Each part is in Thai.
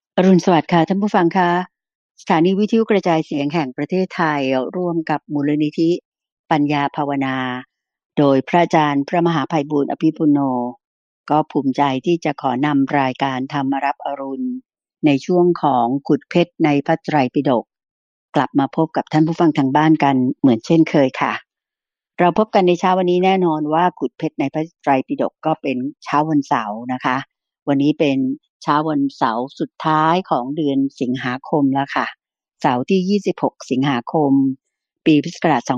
อรุณสวัสดิ์ค่ะท่านผู้ฟังคะสถานีวิทยุกระจายเสียงแห่งประเทศไทยร่วมกับมูลนิธิปัญญาภาวนาโดยพระอาจารย์พระมหาไพบูลย์อภิปุโนก็ภูมิใจที่จะขอนำรายการธรรมรับอรุณในช่วงของขุดเพชรในพระไตรปิฎกกลับมาพบกับท่านผู้ฟังทางบ้านกันเหมือนเช่นเคยค่ะเราพบกันในเช้าวันนี้แน่นอนว่าขุดเพชรในพระไตรปิฎกก็เป็นเช้าวันเสาร์นะคะวันนี้เป็นเช้าวันเสาร์สุดท้ายของเดือนสิงหาคมแล้วค่ะเสาร์ที่26สิงหาคมปีพุทธศักราช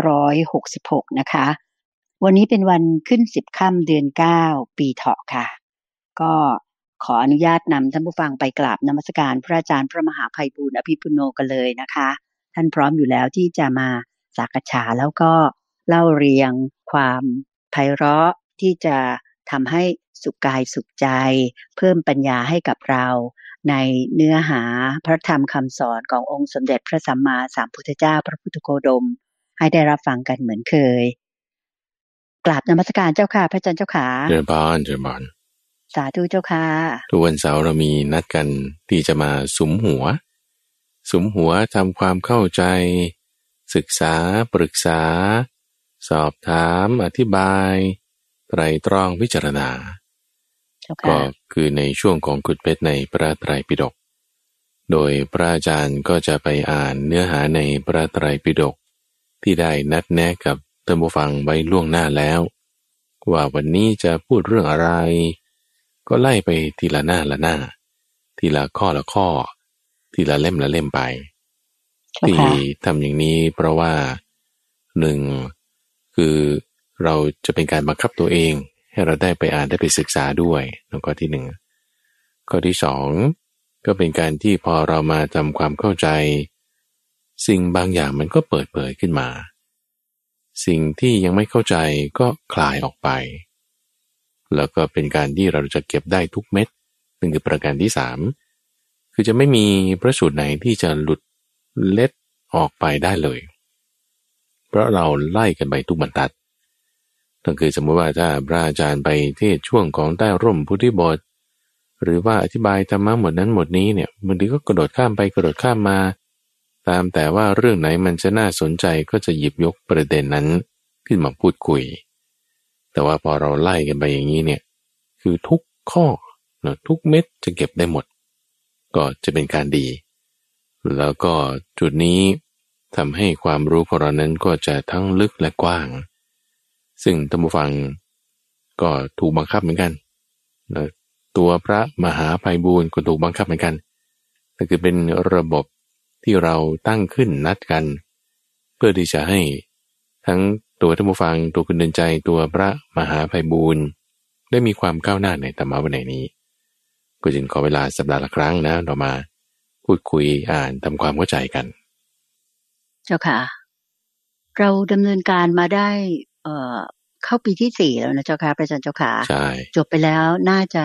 2566นะคะวันนี้เป็นวันขึ้น10ค่ำเดือน9ปีเถาะค่ะก็ขออนุญาตนำท่านผู้ฟังไปกราบนมัสการพระอาจารย์พระมหาไพบูลย์อภิปุโนกันเลยนะคะท่านพร้อมอยู่แล้วที่จะมาสักษาแล้วก็เล่าเรียงความไพเราะที่จะทำให้สุขกายสุขใจเพิ่มปัญญาให้กับเราในเนื้อหาพระธรรมคำสอนขององค์สมเด็จพระสัมมาสัมพุทธเจ้าพระพุทธโคดมให้ได้รับฟังกันเหมือนเคยกราบนมัสการเจ้าค่ะพระอาจารย์เจ้าค่ะเจริญพรเจริญพรสาธุเจ้าค่ะทุกวันเสาร์เรามีนัดกันที่จะมาสุมหัวทำความเข้าใจศึกษาปรึกษาสอบถามอธิบายไตรตรองพิจารณาก็คือในช่วงของขุดเพชรในพระไตรปิฎกโดยพระอาจารย์ก็จะไปอ่านเนื้อหาในพระไตรปิฎกที่ได้นัดแนะกับท่านผู้ฟังไว้ล่วงหน้าแล้วว่าวันนี้จะพูดเรื่องอะไรก็ไล่ไปทีละหน้าละหน้าทีละข้อละข้อทีละเล่มละเล่มไปที่ทำอย่างนี้เพราะว่าหนึ่งคือเราจะเป็นการบังคับตัวเองให้เราได้ไปอ่านได้ไปศึกษาด้วยข้อที่หนึ่งข้อที่สองก็เป็นการที่พอเรามาทำความเข้าใจสิ่งบางอย่างมันก็เปิดเผยขึ้นมาสิ่งที่ยังไม่เข้าใจก็คลายออกไปแล้วก็เป็นการที่เราจะเก็บได้ทุกเม็ดนั่นคือประการที่สามคือจะไม่มีพระสูตรไหนที่จะหลุดเล็ดออกไปได้เลยเพราะเราไล่กันไปทุกบรรทัดนั่นคือสมมติว่าถ้าพระอาจารย์ไปเทศช่วงของใต้ร่มพุทธิบทหรือว่าอธิบายธรรมะหมดนั้นหมดนี้เนี่ยบางทีก็กระโดดข้ามไปกระโดดข้ามมาตามแต่ว่าเรื่องไหนมันจะน่าสนใจก็จะหยิบยกประเด็นนั้นขึ้นมาพูดคุยแต่ว่าพอเราไล่กันไปอย่างนี้เนี่ยคือทุกข้อนะทุกเม็ดจะเก็บได้หมดก็จะเป็นการดีแล้วก็จุดนี้ทำให้ความรู้ของเรานั้นก็จะทั้งลึกและกว้างซึ่งท่านผู้ฟังก็ถูกบังคับเหมือนกันนะตัวพระมหาไพบูลย์ก็ถูกบังคับเหมือนกันนั่นคือเป็นระบบที่เราตั้งขึ้นนัดกันเพื่อที่จะให้ทั้งตัวท่านผู้ฟังตัวคุณเดินใจตัวพระมหาไพบูลย์ได้มีความก้าวหน้าในธรรมะวินัยนี้ก็จึงขอเวลาสัปดาห์ละครั้งนะเรามาพูดคุยอ่านทำความเข้าใจกันเจ้าค่ะเราดำเนินการมาได้เข้าปีที่4แล้วนะเจ้าค่ะพระอาจารย์เจ้าค่ะใช่จบไปแล้วน่าจะ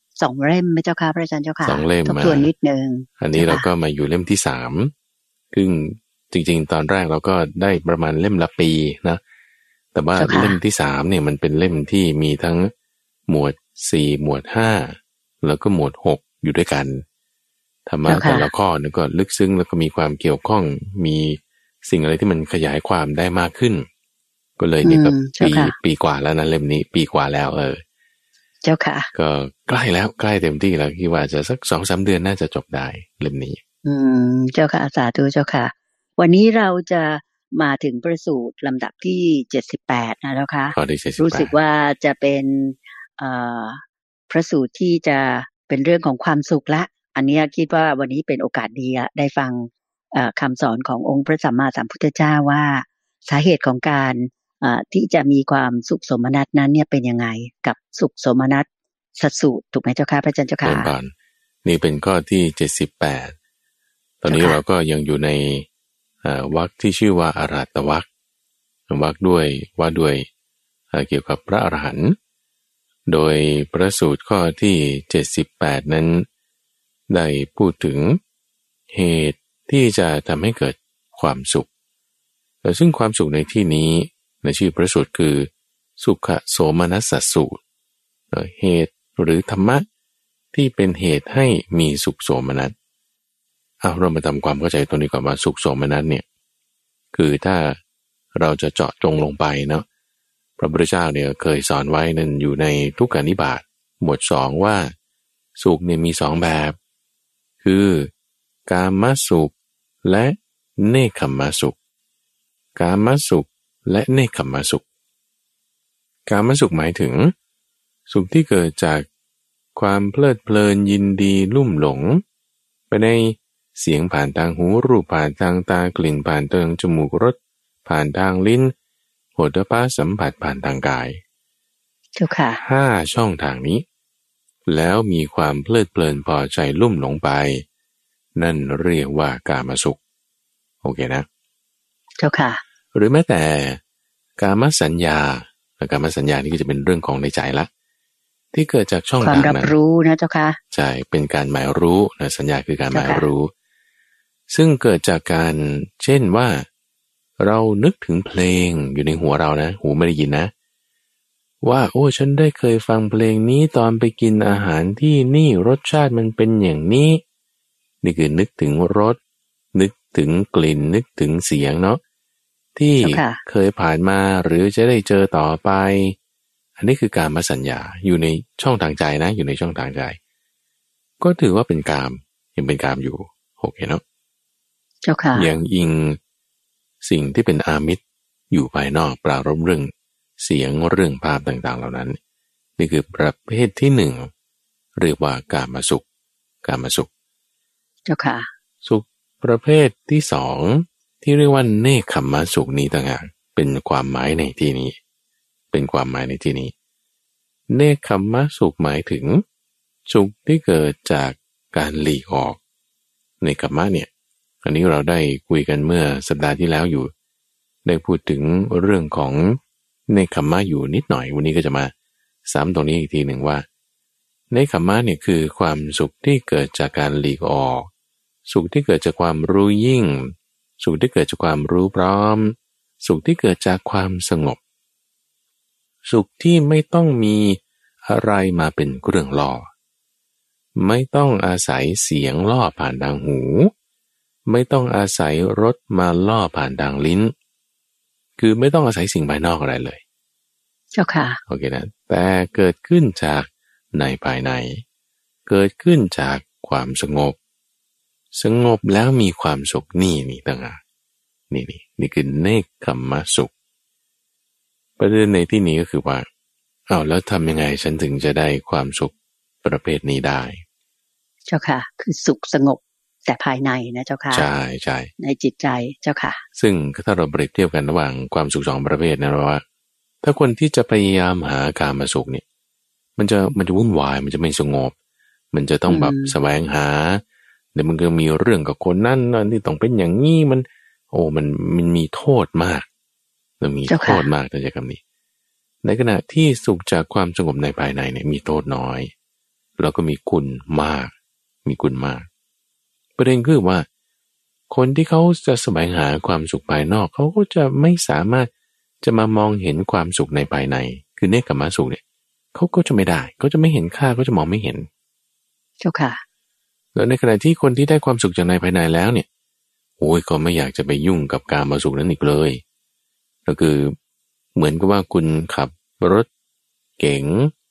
2เล่มไหมเจ้าค่ะพระอาจารย์เจ้าค่ะ 2เล่มทบทวนนิดนึงอันนี้เราก็มาอยู่เล่มที่3ซึ่งจริงๆตอนแรกเราก็ได้ประมาณเล่มละปีนะแต่ว่าเล่มที่3เนี่ยมันเป็นเล่มที่มีทั้งหมวด4หมวด5แล้วก็หมวด6อยู่ด้วยกันธรรมะแต่ละข้อนี่ก็ลึกซึ้งแล้วก็มีความเกี่ยวข้องมีสิ่งอะไรที่มันขยายความได้มากขึ้นก็เลยเนี่ยก็ปีกว่าแล้วนะเล่มนี้ปีกว่าแล้วเจ้าค่ะก็ใกล้แล้วใกล้เต็มที่แล้วคิดว่าจะสัก 2-3 เดือนน่าจะจบได้เล่มนี้เจ้าค่ะสาธุเจ้าค่ะวันนี้เราจะมาถึงประสูตรลำดับที่78นะเจ้าค่ะรู้สึกว่าจะเป็นพระสูตรที่จะเป็นเรื่องของความสุขละอันนี้คิดว่าวันนี้เป็นโอกาสดีได้ฟังคำสอนขององค์พระสัมมาสัมพุทธเจ้าว่าสาเหตุของการที่จะมีความสุขสมนัตนั้นเนี่ยเป็นยังไงกับสุขสมนัตสัตสูตรถูกไหมเจ้าค่ะพระอาจารย์เจ้าค่ะนี่เป็นข้อที่78ตอนนี้เราก็ยังอยู่ในวรรคที่ชื่อว่าอาราตวรรควรรคด้วยว่าด้วยเกี่ยวกับพระอรหันต์โดยพระสูตรข้อที่78นั้นได้พูดถึงเหตุที่จะทำให้เกิดความสุขซึ่งความสุขในที่นี้ในชื่อพระสูตรคือสุขโสมนัสสสูตรเหตุหรือธรรมะที่เป็นเหตุให้มีสุขโสมนัสเรามาทำความเข้าใจตรงนี้ก่อนว่าสุขโสมนัสเนี่ยคือถ้าเราจะเจาะจงลงไปเนาะพระพุทธเจ้าเนี่ยเคยสอนไว้นั่นอยู่ในทุกขานิบาตหมวด2ว่าสุขเนี่ยมี2แบบคือกามสุขและเนคขมสุขกามสุขและเนคขมสุขกามสุขหมายถึงสุขที่เกิดจากความเพลิดเพลินยินดีลุ่มหลงไปในเสียงผ่านทางหูรูปผ่านทางตากลิ่นผ่านทางจมูกรสผ่านทางลิ้นโผฏฐัพพะสัมผัสผ่านทางกายเจ้าค่ะ 5ช่องทางนี้แล้วมีความเพลิดเพลินพอใจลุ่มหลงไปนั่นเรียกว่ากามสุขโอเคนะเจ้าค่ะหรือแม้แต่กามสัญญากามสัญญานี่ก็จะเป็นเรื่องของในใจละที่เกิดจากช่องทางนั้นความรับรู้นะเจ้าค่ะใช่เป็นการหมายรู้นะสัญญาคือการหมายรู้ซึ่งเกิดจากการเช่นว่าเรานึกถึงเพลงอยู่ในหัวเรานะหูไม่ได้ยินนะว่าโอ้ฉันได้เคยฟังเพลงนี้ตอนไปกินอาหารที่นี่รสชาติมันเป็นอย่างนี้นี่คือนึกถึงรสนึกถึงกลิ่นนึกถึงเสียงเนาะที่เคยผ่านมาหรือจะได้เจอต่อไปอันนี้คือการมาสัญญาอยู่ในช่องทางใจนะอยู่ในช่องทางใจก็ถือว่าเป็นกามยังเป็นกามอยู่โอเคเนาะเจ้าค่ะยังอิงสิ่งที่เป็นอามิตรอยู่ภายนอกปรารภเรื่องเสียงเรื่องภาพต่างๆเหล่านั้นนี่คือประเภทที่หนึ่งเรียกว่ากามสุขกามสุขเจ้าค่ะสุขประเภทที่สองที่เรียกว่าเนคขมสุขนี้ต่างหากเป็นความหมายในที่นี้เป็นความหมายในที่นี้เนคขมสุขหมายถึงสุขที่เกิดจากการหลีกออกเนคขมะเนี่ยอันนี้เราได้คุยกันเมื่อสัปดาห์ที่แล้วอยู่ได้พูดถึงเรื่องของเนคขมะอยู่นิดหน่อยวันนี้ก็จะมาซ้ำตรงนี้อีกทีหนึ่งว่าเนคขมะเนี่ยคือความสุขที่เกิดจากการหลีกออกสุขที่เกิดจากความรู้ยิ่งสุขที่เกิดจากความรู้พร้อมสุขที่เกิดจากความสงบสุขที่ไม่ต้องมีอะไรมาเป็นเครื่องล่อไม่ต้องอาศัยเสียงล่อผ่านทางหูไม่ต้องอาศัยรสมาล่อผ่านทางลิ้นคือไม่ต้องอาศัยสิ่งภายนอกอะไรเลยเจ้าค่ะโอเคนะแต่เกิดขึ้นจากในภายในเกิดขึ้นจากความสงบสงบแล้วมีความสุขนี่ต่างหากนี่คือเนคขมสุขประเด็นในที่นี้ก็คือว่าแล้วทำยังไงฉันถึงจะได้ความสุขประเภทนี้ได้เจ้าค่ะคือสุขสงบแต่ภายในนะเจ้าค่ะใช่ในจิตใจเจ้าค่ะซึ่งถ้าเราเปรียบเทียบกันระหว่างความสุขสองประเภทนะว่าถ้าคนที่จะพยายามหากามสุขเนี่ยมันจะวุ่นวายมันจะไม่สงบมันจะต้องแบบแสวงหาเดี๋ยวมันก็มีเรื่องกับคนนั้นที่ต้องเป็นอย่างนี้มันมันมีโทษมากมันมีโทษมากแต่จะคำนี้ในขณะที่สุขจากความสงบในภายในเนี่ยมีโทษน้อยแล้วก็มีคุณมากมีคุณมากประเด็นคือว่าคนที่เขาจะแสวงหาความสุขภายนอกเขาก็จะไม่สามารถจะมามองเห็นความสุขในภายในคือเนคขมสุขเนี่ยเขาก็จะไม่ได้เขาจะไม่เห็นค่าเขาจะมองไม่เห็นเจ้าค่ะแล้วในขณะที่คนที่ได้ความสุขจากในภายในแล้วเนี่ยก็ไม่อยากจะไปยุ่งกับกามสุขนั้นอีกเลยก็คือเหมือนกับว่าคุณขับรถเก๋ง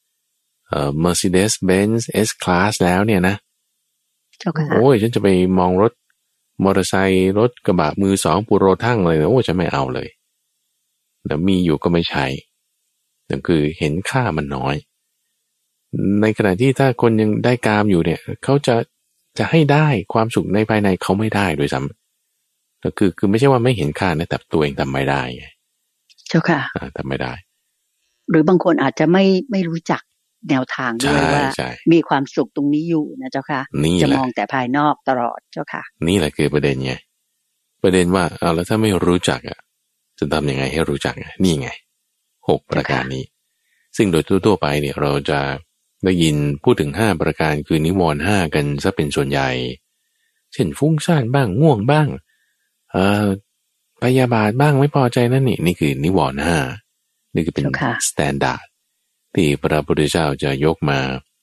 Mercedes-Benz S-Class แล้วเนี่ยนะฉันจะไปมองรถมอเตอร์ไซค์รถกระบะมือสองปูโรทั่งเลยฉันไม่เอาเลยแต่มีอยู่ก็ไม่ใช่นั่นคือเห็นค่ามันน้อยในขณะที่ถ้าคนยังได้กามอยู่เนี่ยเขาจะให้ได้ความสุขในภายในเขาไม่ได้โดยซ้ำก็คือไม่ใช่ว่าไม่เห็นค่านะแต่ตัวเองทำไม่ได้ไงเจ้าค่ะทำไม่ได้หรือบางคนอาจจะไม่รู้จักแนวทางด้วยว่ามีความสุขตรงนี้อยู่นะเจ้าค่ะจะมองแต่ภายนอกตลอดเจ้าค่ะนี่แหละคือประเด็นไงประเด็นว่าแล้วถ้าไม่รู้จักจะทำยังไงให้รู้จักนี่ไง6ประการนี้ซึ่งโดยทั่วไปเนี่ยเราจะได้ยินพูดถึง5ประการคือนิวรณ์5กันซะเป็นส่วนใหญ่เช่นฟุ้งซ่านบ้างง่วงบ้างพยาบาทบ้างไม่พอใจนั่นนี่คือนิวรณ์5นี่คือเป็นสแตนดาร์ดที่พระพุทธเจ้าจะยกมา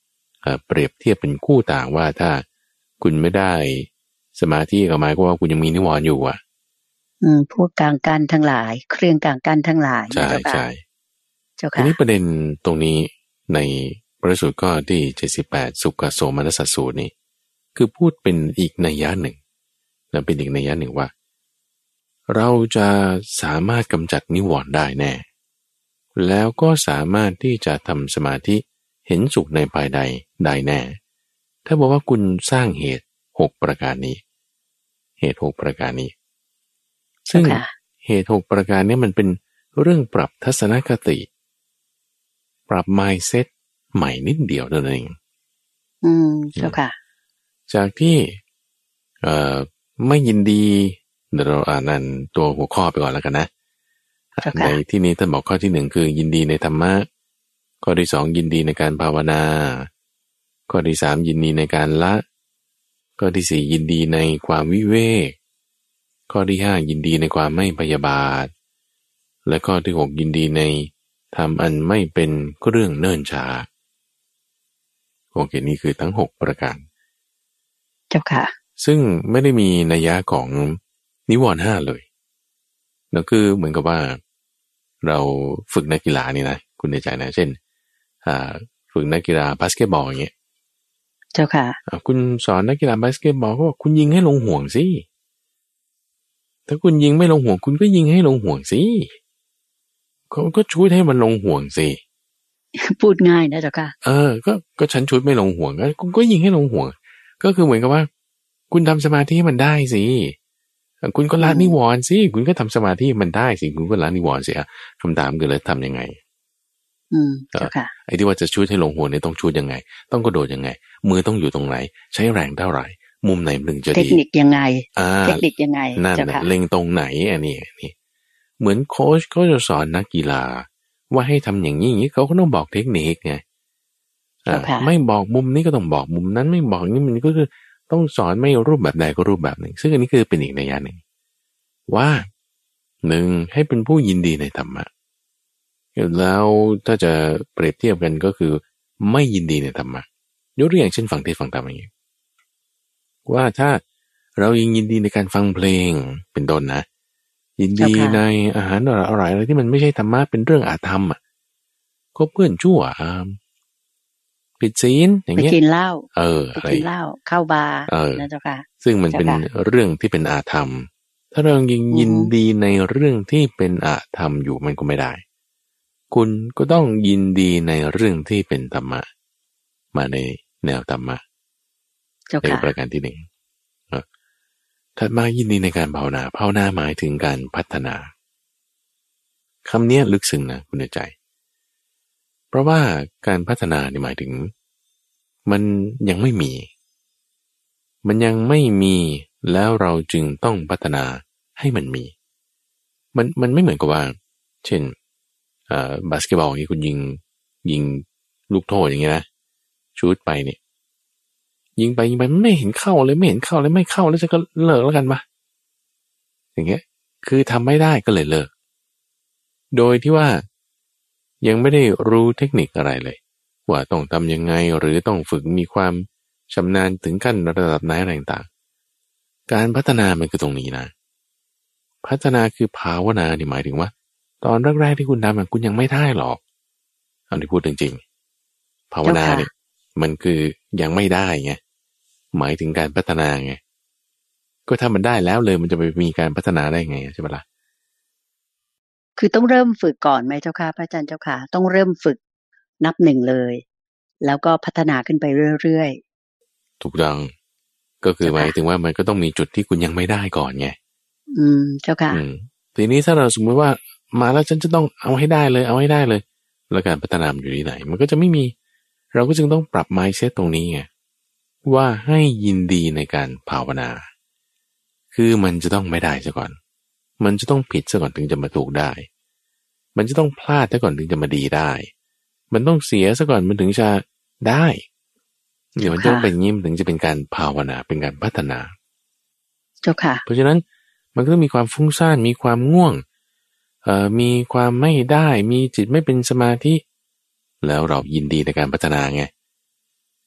เปรียบเทียบเป็นคู่ต่างว่าถ้าคุณไม่ได้สมาธิก็หมายความว่าคุณยังมีนิวรณ์อยู่อ่ะพวกกลางกันทั้งหลายเครื่องกลางกันทั้งหลายใช่ใช่เจ้าค่ะทีนี้ประเด็นตรงนี้ในพระสูตรข้อที่78สุขโสมนัสสสูตรนี่คือพูดเป็นอีกนัยยะหนึ่งและเป็นอีกนัยยะหนึ่งว่าเราจะสามารถกำจัดนิวรณ์ได้แน่แล้วก็สามารถที่จะทำสมาธิเห็นสุขในภายใดได้แน่ถ้าบอกว่าคุณสร้างเหตุ6ประการนี้เหตุ6ประการนี้ซึ่งเหตุ6ประการนี้มันเป็นเรื่องปรับทัศนคติปรับ mindset ใหม่นิดเดียวเท่านั้นเองเจ้าค่ะจากที่ไม่ยินดีเดี๋ยวเราอ่านนั่นตัวหัวข้อไปก่อนแล้วกันนะในที่นี้ท่านบอกข้อที่1คือยินดีในธรรมะข้อที่2ยินดีในการภาวนาข้อที่3ยินดีในการละข้อที่4ยินดีในความวิเวกข้อที่5ยินดีในความไม่พยาบาทและข้อที่6ยินดีในธรรมอันไม่เป็นเรื่องเนิ่นช้าโอเคนี่คือทั้ง6ประการเจ้าค่ะซึ่งไม่ได้มีนัยยะของนิวรณ์5เลยนั่นคือเหมือนกับว่าเราฝึกนักกีฬานี่นะคุณในใจนะเช่นฝึกนักกีฬาบาสเกตบอลอย่างเงี้ยเจ้าค่ะคุณสอนนักกีฬาบาสเกตบอลก็บอกคุณยิงให้ลงห่วงสิถ้าคุณยิงไม่ลงห่วงคุณก็ยิงให้ลงห่วงสิก็ชุดให้มันลงห่วงสิพูดง่ายนะเจ้าค่ะก็ฉันชุดไม่ลงห่วงก็ยิงให้ลงห่วงก็คือเหมือนกับว่าคุณทำสมาธิให้มันได้สิคุณก็ละนิวรณ์สิคุณก็ทำสมาธิมันได้สิคุณก็ละนิวรณ์เสียคำถามคือแล้วทำยังไงไอ้ที่ว่าจะชุดให้ลงห่วงเนี่ยต้องชุดยังไงต้องกระโดดยังไงมือต้องอยู่ตรงไหนใช้แรงเท่าไหร่มุมไหนมันถึงจะดีเทคนิคยังไงเทคนิคยังไงนั่นเล็งตรงไหนอันนี้เหมือนโค้ชก็จะสอนนักกีฬาว่าให้ทำอย่างนี้อย่างนี้เขาก็ต้องบอกเทคนิคไงไม่บอกมุมนี้ก็ต้องบอกมุมนั้นไม่บอกนี่มันก็คือต้องสอนไม่รูปแบบใดก็รูปแบบหนึ่งซึ่งอันนี้คือเป็นอีกนัยยะหนึ่งว่า1ให้เป็นผู้ยินดีในธรรมะแล้วถ้าจะเปรียบเทียบกันก็คือไม่ยินดีในธรรมะยกตัวอย่างเช่นฟังเทศน์ฟังธรรมอย่างนี้ว่าถ้าเรายังยินดีในการฟังเพลงเป็นต้นนะยินดีในอาหารอร่อยอะไรที่มันไม่ใช่ธรรมะเป็นเรื่องอาธรรมก็เพื่อนชั่วผิดศีลอย่างเงี้ยไปกินเหล้าไปกินเหล้าเข้าบาร์นะเจ้าค่ะซึ่งมันเป็นเรื่องที่เป็นอาธรรมถ้าเรายังยินดีในเรื่องที่เป็นอาธรรมอยู่มันก็ไม่ได้คุณก็ต้องยินดีในเรื่องที่เป็นธรรมะมาในแนวธรรมะในประการที่1ถัดมายินดีในการภาวนาหมายถึงการพัฒนาคำนี้ลึกซึ้งนะคุณใจเพราะว่าการพัฒนานี่หมายถึงมันยังไม่มีแล้วเราจึงต้องพัฒนาให้มันมีมันไม่เหมือนกับว่าเช่นบาสเกตบอลอย่างนี้คุณยิงลูกโทษอย่างเงี้ยนะชูตไปเนี่ยยิงไปไม่เห็นเข้าเลยไม่เข้าแล้วจะก็เลิกแล้วกันปะอย่างเงี้ยคือทำไม่ได้ก็เลยเลิกโดยที่ว่ายังไม่ได้รู้เทคนิคอะไรเลยว่าต้องทำยังไงหรือต้องฝึกมีความชำนาญถึงขั้นระดับไหนอะไรต่างๆการพัฒนามันคือตรงนี้นะพัฒนาคือภาวนานี่หมายถึงว่าตอนแรกๆที่คุณทำคุณยังไม่ได้หรอกเอาที่พูดจริงๆภาวนาเนี่ยมันคือยังไม่ได้ไงหมายถึงการพัฒนาไงก็ถ้ามันได้แล้วเลยมันจะไปมีการพัฒนาได้ไงใช่ไหมล่ะคือต้องเริ่มฝึกก่อนไหมเจ้าค่ะพระอาจารย์เจ้าค่ะต้องเริ่มฝึกนับ1เลยแล้วก็พัฒนาขึ้นไปเรื่อยๆถูกต้องก็คือหมายถึงว่ามันก็ต้องมีจุดที่คุณยังไม่ได้ก่อนไงเจ้าค่ะทีนี้ถ้าเราสมมติว่ามาแล้วฉันจะต้องเอาให้ได้เลยแล้วการพัฒนาอยู่ที่ไหนมันก็จะไม่มีเราก็จึงต้องปรับ mindset ตรงนี้ไงว่าให้ยินดีในการภาวนาคือมันจะต้องไม่ได้ซะก่อนมันจะต้องผิดซะก่อนถึงจะมาถูกได้มันจะต้องพลาดซะก่อนถึงจะมาดีได้มันต้องเสียซะก่อนมันถึงจะได้เดี๋ยวมันต้องเป็นยิ้มถึงจะเป็นการภาวนาเป็นการพัฒนาเจ้าค่ะเพราะฉะนั้นมันก็มีความฟุ้งซ่านมีความง่วงมีความไม่ได้มีจิตไม่เป็นสมาธิแล้วเรายินดีในการพัฒนาไง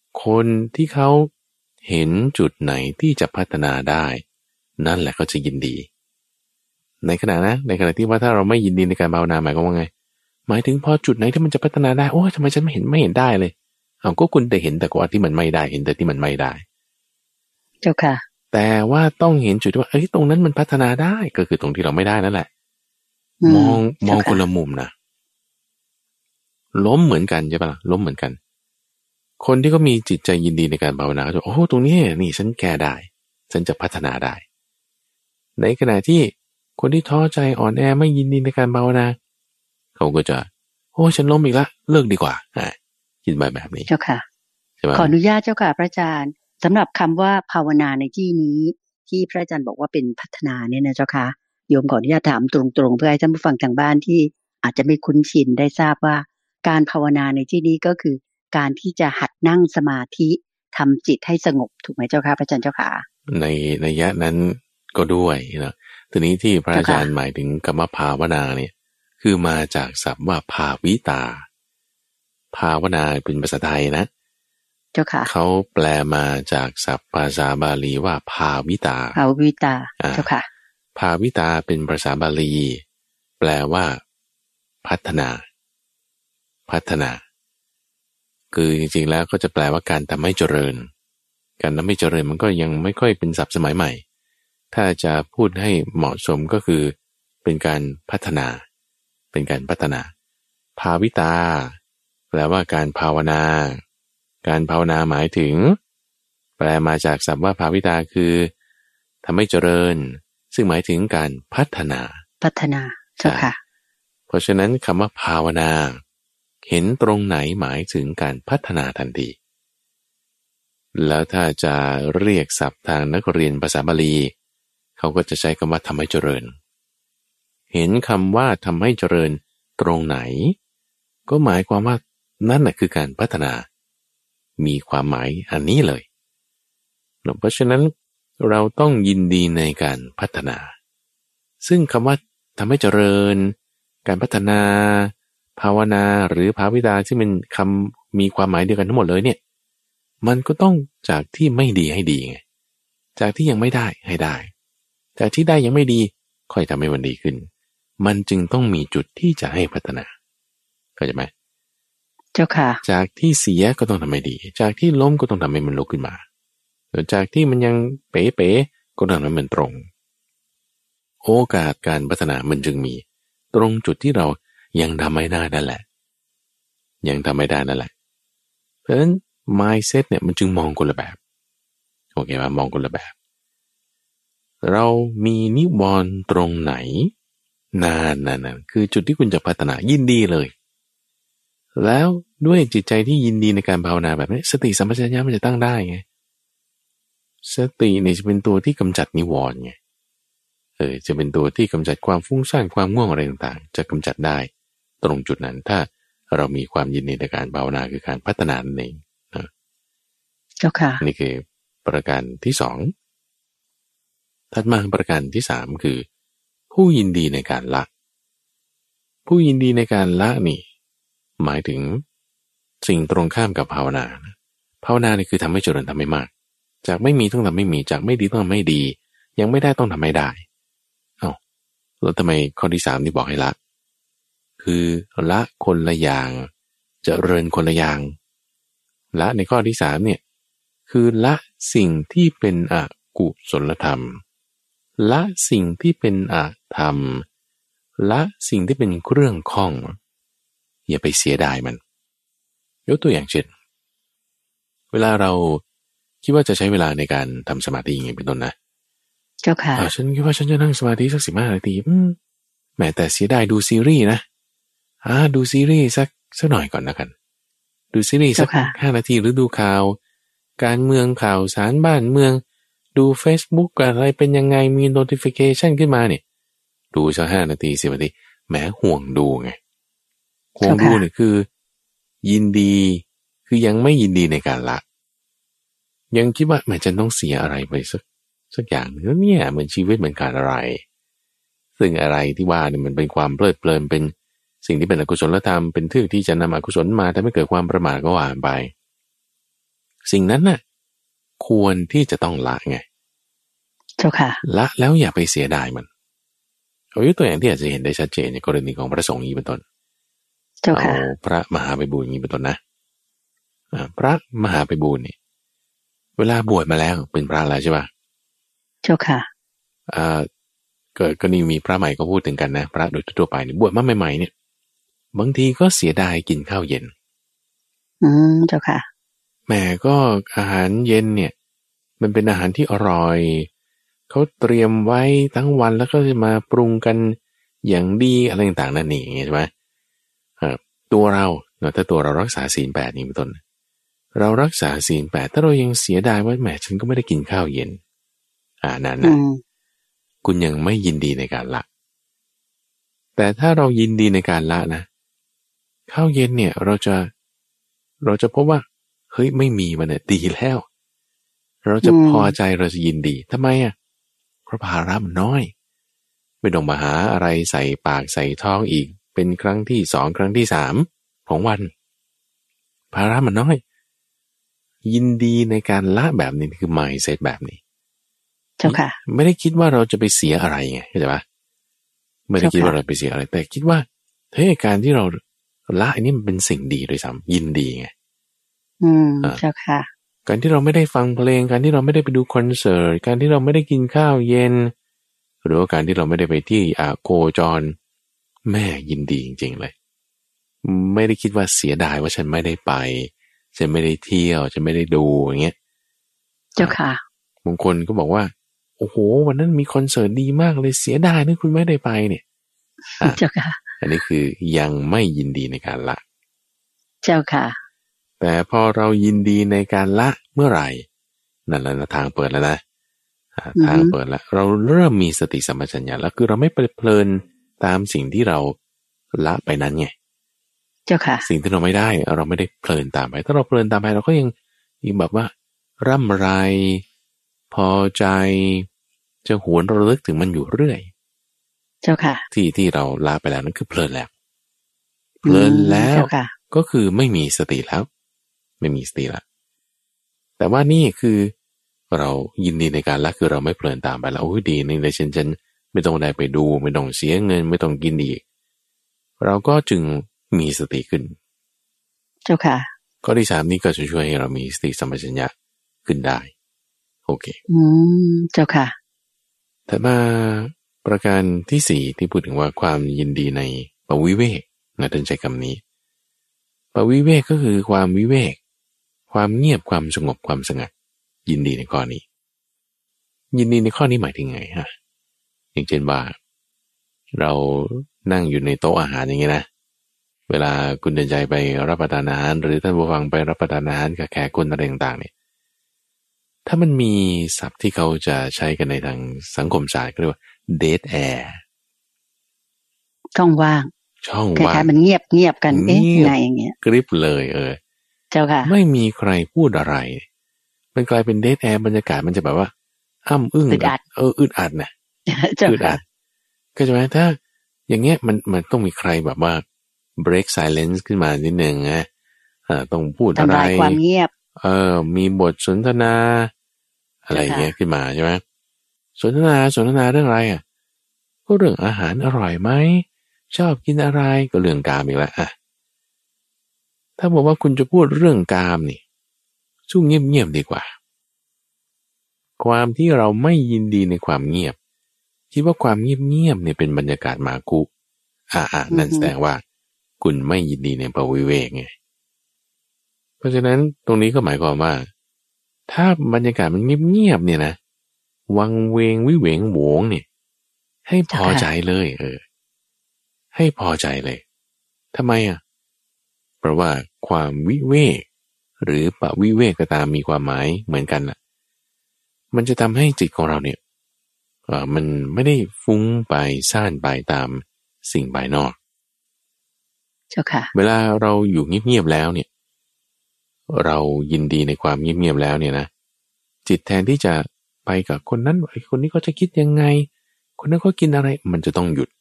คนที่เขาเห็นจุดไหนที่จะพัฒนาได้นั่นแหละเขาจะยินดีในขณะที่ว่าถ้าเราไม่ยินดีในการภาวนาหมายความว่าไงหมายถึงพอจุดไหนที่มันจะพัฒนาได้โอ้ยทำไมฉันไม่เห็นได้เลยเอาก็คุณแต่เห็นแต่ว่าที่มันไม่ได้เห็นแต่ที่มันไม่ได้เจ้าค่ะแต่ว่าต้องเห็นจุดว่าตรงนั้นมันพัฒนาได้ก็คือตรงที่เราไม่ได้นั่นแหละมองคนละมุมนะล้มเหมือนกันใช่ปะล่ะล้มเหมือนกันคนที่เขามีจิตใจยินดีในการภาวนาเขาจะโอ้ตรงนี้นี่ฉันแก้ได้ฉันจะพัฒนาได้ในขณะที่คนที่ท้อใจอ่อนแอไม่ยินดีในการภาวนาเขาก็จะโอ้ฉันล้มอีกละเลิกดีกว่าคิดแบบนี้เจ้าค่ะขออนุญาตเจ้าค่ะพระอาจารย์สำหรับคำว่าภาวนาในที่นี้ที่พระอาจารย์บอกว่าเป็นพัฒนาเนี่ยนะเจ้าค่ะโยมขออนุญาตถามตรงๆเพื่อให้ท่านผู้ฟังทางบ้านที่อาจจะไม่คุ้นชินได้ทราบว่าการภาวนาในที่นี้ก็คือการที่จะหัดนั่งสมาธิทำจิตให้สงบถูกไหมเจ้าค่ะพระอาจารย์เจ้าค่ะในนัยยะนั้นก็ด้วยนะทีนี้ที่พระอาจารย์หมายถึงคำว่าภาวนาเนี่ยคือมาจากศัพท์ว่าภาวิตาภาวนาเป็นภาษาไทยนะเจ้าค่ะเขาแปลมาจากศัพท์ภาษาบาลีว่าภาวิตาภาวิตาเจ้าค่ะภาวิตาเป็นภาษาบาลีแปลว่าพัฒนาคือจริงๆแล้วก็จะแปลว่าการทำให้เจริญการทำให้เจริญมันก็ยังไม่ค่อยเป็นศัพท์สมัยใหม่ถ้าจะพูดให้เหมาะสมก็คือเป็นการพัฒนาภาวิตาแปลว่าการภาวนาหมายถึงแปลมาจากศัพท์ว่าภาวิตาคือทำให้เจริญซึ่งหมายถึงการพัฒนาเจ้าค่ะเพราะฉะนั้นคำว่าภาวนาเห็นตรงไหนหมายถึงการพัฒนาทันทีแล้วถ้าจะเรียกศัพท์ทางนักเรียนภาษาบาลีเขาก็จะใช้คำว่าทำให้เจริญเห็นคำว่าทำให้เจริญตรงไหนก็หมายความว่านั่นแหละคือการพัฒนามีความหมายอันนี้เลยเพราะฉะนั้นเราต้องยินดีในการพัฒนาซึ่งคำว่าทำให้เจริญการพัฒนาภาวนาหรือภาวิตาที่เป็นคำมีความหมายเดียวกันทั้งหมดเลยเนี่ยมันก็ต้องจากที่ไม่ดีให้ดีไงจากที่ยังไม่ได้ให้ได้จากที่ได้ยังไม่ดีค่อยทำให้มันดีขึ้นมันจึงต้องมีจุดที่จะให้พัฒนาเข้าใจไหมเจ้าค่ะจากที่เสียก็ต้องทำให้ดีจากที่ล้มก็ต้องทำให้มันลุกขึ้นมาจากที่มันยังเป๋ๆก็ต้องทำให้มันตรงโอกาสการพัฒนามันจึงมีตรงจุดที่เรายังทำไม่ได้นั่นแหละเพราะฉะนั้น mindset เนี่ยมันจึงมองคนละแบบโอเคป่ะมองคนละแบบเรามีนิวรณ์ตรงไหนนั่นคือจุดที่คุณจะพัฒนายินดีเลยแล้วด้วยจิตใจที่ยินดีในการภาวนาแบบนี้สติสัมปชัญญะมันจะตั้งได้ไงสติเนี่ยจะเป็นตัวที่กำจัดนิวรณ์ไงจะเป็นตัวที่กำจัดความฟุ้งซ่านความง่วงอะไรต่างๆจะกำจัดได้ตรงจุดนั้นถ้าเรามีความยินดีในการภาวนาคือการพัฒนานั่นเองนะเจ้าค่ะนี่คือประการที่สองถัดมาประการที่สามคือผู้ยินดีในการละผู้ยินดีในการละนี่หมายถึงสิ่งตรงข้ามกับภาวนาภาวนานี่คือทำให้เจริญทำให้มากจากไม่มีต้องทำให้มีจากไม่ดีต้องทำให้ดียังไม่ได้ต้องทำให้ได้แล้วทำไมข้อที่สามนี่บอกให้ละคือละคนละอย่างเจริญคนละอย่างละในข้อที่สามเนี่ยคือละสิ่งที่เป็นอกุศลธรรมละสิ่งที่เป็นอธรรมละสิ่งที่เป็นเครื่องข้องอย่าไปเสียดายมันยกตัวอย่างเช่นเวลาเราคิดว่าจะใช้เวลาในการทำสมาธิอย่างนี้เป็นต้นนะเจ้าค่ะฉันคิดว่าฉันจะนั่งสมาธิสัก15 นาทีแม้แต่เสียดายดูซีรีส์นะดูซีรีส์สักหน่อยก่อนนะกันดูซีรีส์สัก5 นาทีหรือดูข่าวการเมืองข่าวสารบ้านเมืองดู Facebook อะไรเป็นยังไงมี notification ขึ้นมาเนี่ยดูสัก5 นาที10 นาทีแม้ห่วงดูไงห่วงดูเนี่ยคือยินดีคือยังไม่ยินดีในการละยังคิดว่าแม้จะต้องเสียอะไรไปสักอย่างนึงเนี่ยเหมือนชีวิตเหมือนการอะไรซึ่งอะไรที่ว่าเนี่ยมันเป็นความเพลิดเพลินเป็นสิ่งที่เป็นอกุศลธรรมเป็นทื่อที่จะนำอกุศลมาทำให้เกิดความประมาทก็ว่าไปสิ่งนั้นน่ะควรที่จะต้องละไงเจ้าค่ะละแล้วอย่าไปเสียดายมันเอายกตัวอย่างที่อาจจะเห็นได้ชัดเจนในกรณีของพระสงฆ์นี้เป็นต้นเอาพระมหาไพบูลย์นี้เป็นต้นนะพระมหาไพบูลย์นี่เวลาบวชมาแล้วเป็นพระแล้วใช่ป่ะเจ้าค่ะก็นี่มีพระใหม่ก็พูดถึงกันนะพระโดยทั่วไปนี่บวชมาใหม่ๆเนี่ยบางทีก็เสียดายกินข้าวเย็นเจ้าค่ะแหมก็อาหารเย็นเนี่ยมันเป็นอาหารที่อร่อยเขาเตรียมไว้ทั้งวันแล้วก็จะมาปรุงกันอย่างดีอะไรต่างๆนั่นนี่อย่างเงี้ยใช่ไหมตัวเราถ้าตัวเรารักษาศีล 8นี่เป็นต้นเรารักษาศีล 8ถ้าเรายังเสียดายว่าแหมฉันก็ไม่ได้กินข้าวเย็นนั่นนะคุณยังไม่ยินดีในการละแต่ถ้าเรายินดีในการละนะข้าวเย็นเนี่ยเราจะพบว่าเฮ้ยไม่มีมันเนี่ยดีแล้วเราจะพอใจเราจะยินดีทำไมเพราะภาระมันน้อยไม่ต้องมาหาอะไรใส่ปากใส่ท้องอีกเป็นครั้งที่2ครั้งที่3ของวันภาระมันน้อยยินดีในการละแบบนี้คือ mindset แบบนี้เจ้าค่ะไม่ได้คิดว่าเราจะไปเสียอะไรไงเข้าใจปะไม่ได้คิดว่าเราไปเสียอะไรแต่คิดว่าเฮ้ยการที่เราละอันนี้มันเป็นสิ่งดีโดยซ้ำยินดีไงเจ้าค่ะการที่เราไม่ได้ฟังเพลงการที่เราไม่ได้ไปดูคอนเสิร์ตการที่เราไม่ได้กินข้าวเย็นหรือว่าการที่เราไม่ได้ไปที่โคจรแม่ยินดีจริงๆเลยไม่ได้คิดว่าเสียดายว่าฉันไม่ได้ไปฉันไม่ได้เที่ยวฉันไม่ได้ดูอย่างเงี้ยเจ้าค่ะบางคนก็บอกว่าโอ้โหวันนั้นมีคอนเสิร์ตดีมากเลยเสียดายนะคุณไม่ได้ไปเนี่ยเจ้าค่ะอันนี้คือยังไม่ยินดีในการละเจ้าค่ะแต่พอเรายินดีในการละเมื่อไหร่นั่นแหละทางเปิดแล้วนะทางเปิดแล้วเราเริ่มมีสติสัมปชัญญะแล้วคือเราไม่เพลินตามสิ่งที่เราละไปนั้นไงเจ้าค่ะสิ่งที่เราไม่ได้เราไม่ได้เพลินตามไปถ้าเราเพลินตามไปเราก็ยังแบบว่าร่ำไรพอใจจะหวนระลึกถึงมันอยู่เรื่อยเจ้าค่ะที่เราละไปแล้วนั่นคือเพลินแล้วเพลินแล้วก็คือไม่มีสติแล้วไม่มีสติละแต่ว่านี่คือเรายินดีในการละคือเราไม่เพลินตามไปแล้วโอ้ยดีนี่เลยฉันไม่ต้องได้ไปดูไม่ต้องเสียเงินไม่ต้องกินอีกเราก็จึงมีสติขึ้นเจ้าค่ะข้อที่3นี้ก็จะช่วยให้เรามีสติสัมปชัญญะขึ้นได้โอเคเจ้าค่ะแต่มาประการที่4ที่พูดถึงว่าความยินดีในปวิเวกนะท่านใช้คำนี้ปวิเวกก็คือความวิเวกความเงียบความสงบความสงัดยินดีในข้อนี้ยินดีในข้อนี้หมายถึงไงฮะอย่างเช่นว่าเรานั่งอยู่ในโต๊ะอาหารอย่างเงี้ยนะเวลาคุณเดินใจไปรับประทานอาหารหรือท่านผู้ฟังไปรับประทานอาหารกับแขกคนอะไรต่างๆเนี่ยถ้ามันมีศัพท์ที่เขาจะใช้กันในทางสังคมศาสตร์เรียกว่า dead air ช่องว่างคล้ายๆมันเงียบกันไงอย่างเงี้ยกริบเลยเจ้าค่ะไม่มีใครพูดอะไรมันกลายเป็น dead air บรรยากาศมันจะแบบว่าอ้ำอึ้งอึดอัดนะอึดอัดก็จะไหมถ้าอย่างเงี้ยมันต้องมีใครแบบว่า break silence ขึ้นมานิดนึงนะต้องพูดอะไรความเงียบมีบทสนทนาอะไรอย่างเงี้ยขึ้นมาใช่ไหมสนทนาเรื่องอะไรก็เรื่องอาหารอร่อยไหมชอบกินอะไรก็เรื่องกามอีกแล้วถ้าบอกว่าคุณจะพูดเรื่องกามนี่สู้เงียบดีกว่าความที่เราไม่ยินดีในความเงียบคิดว่าความเงียบเนี่ยเป็นบรรยากาศมาคุนั่นแสดงว่าคุณไม่ยินดีในปวิเวกไงเพราะฉะนั้นตรงนี้ก็หมายความว่าถ้าบรรยากาศมันเงียบเนี่ยนะวังเวงวิเวงโหวงเนี่ยให้พอใจเลยให้พอใจเลยทำไมเพราะว่าความวิเวกหรือปวิเวกก็ตามมีความหมายเหมือนกันมันจะทำให้จิตของเราเนี่ยมันไม่ได้ฟุ้งไปซ่านไปตามสิ่งภายนอกเจ้าค่ะเวลาเราอยู่เงียบๆแล้วเนี่ยเรายินดีในความเงียบๆแล้วเนี่ยนะจิตแทนที่จะไปกับคนนั้นไอ้คนนี้เขาจะคิดยังไงคนนั้นเขากินอะไรมันจะต้องหยุด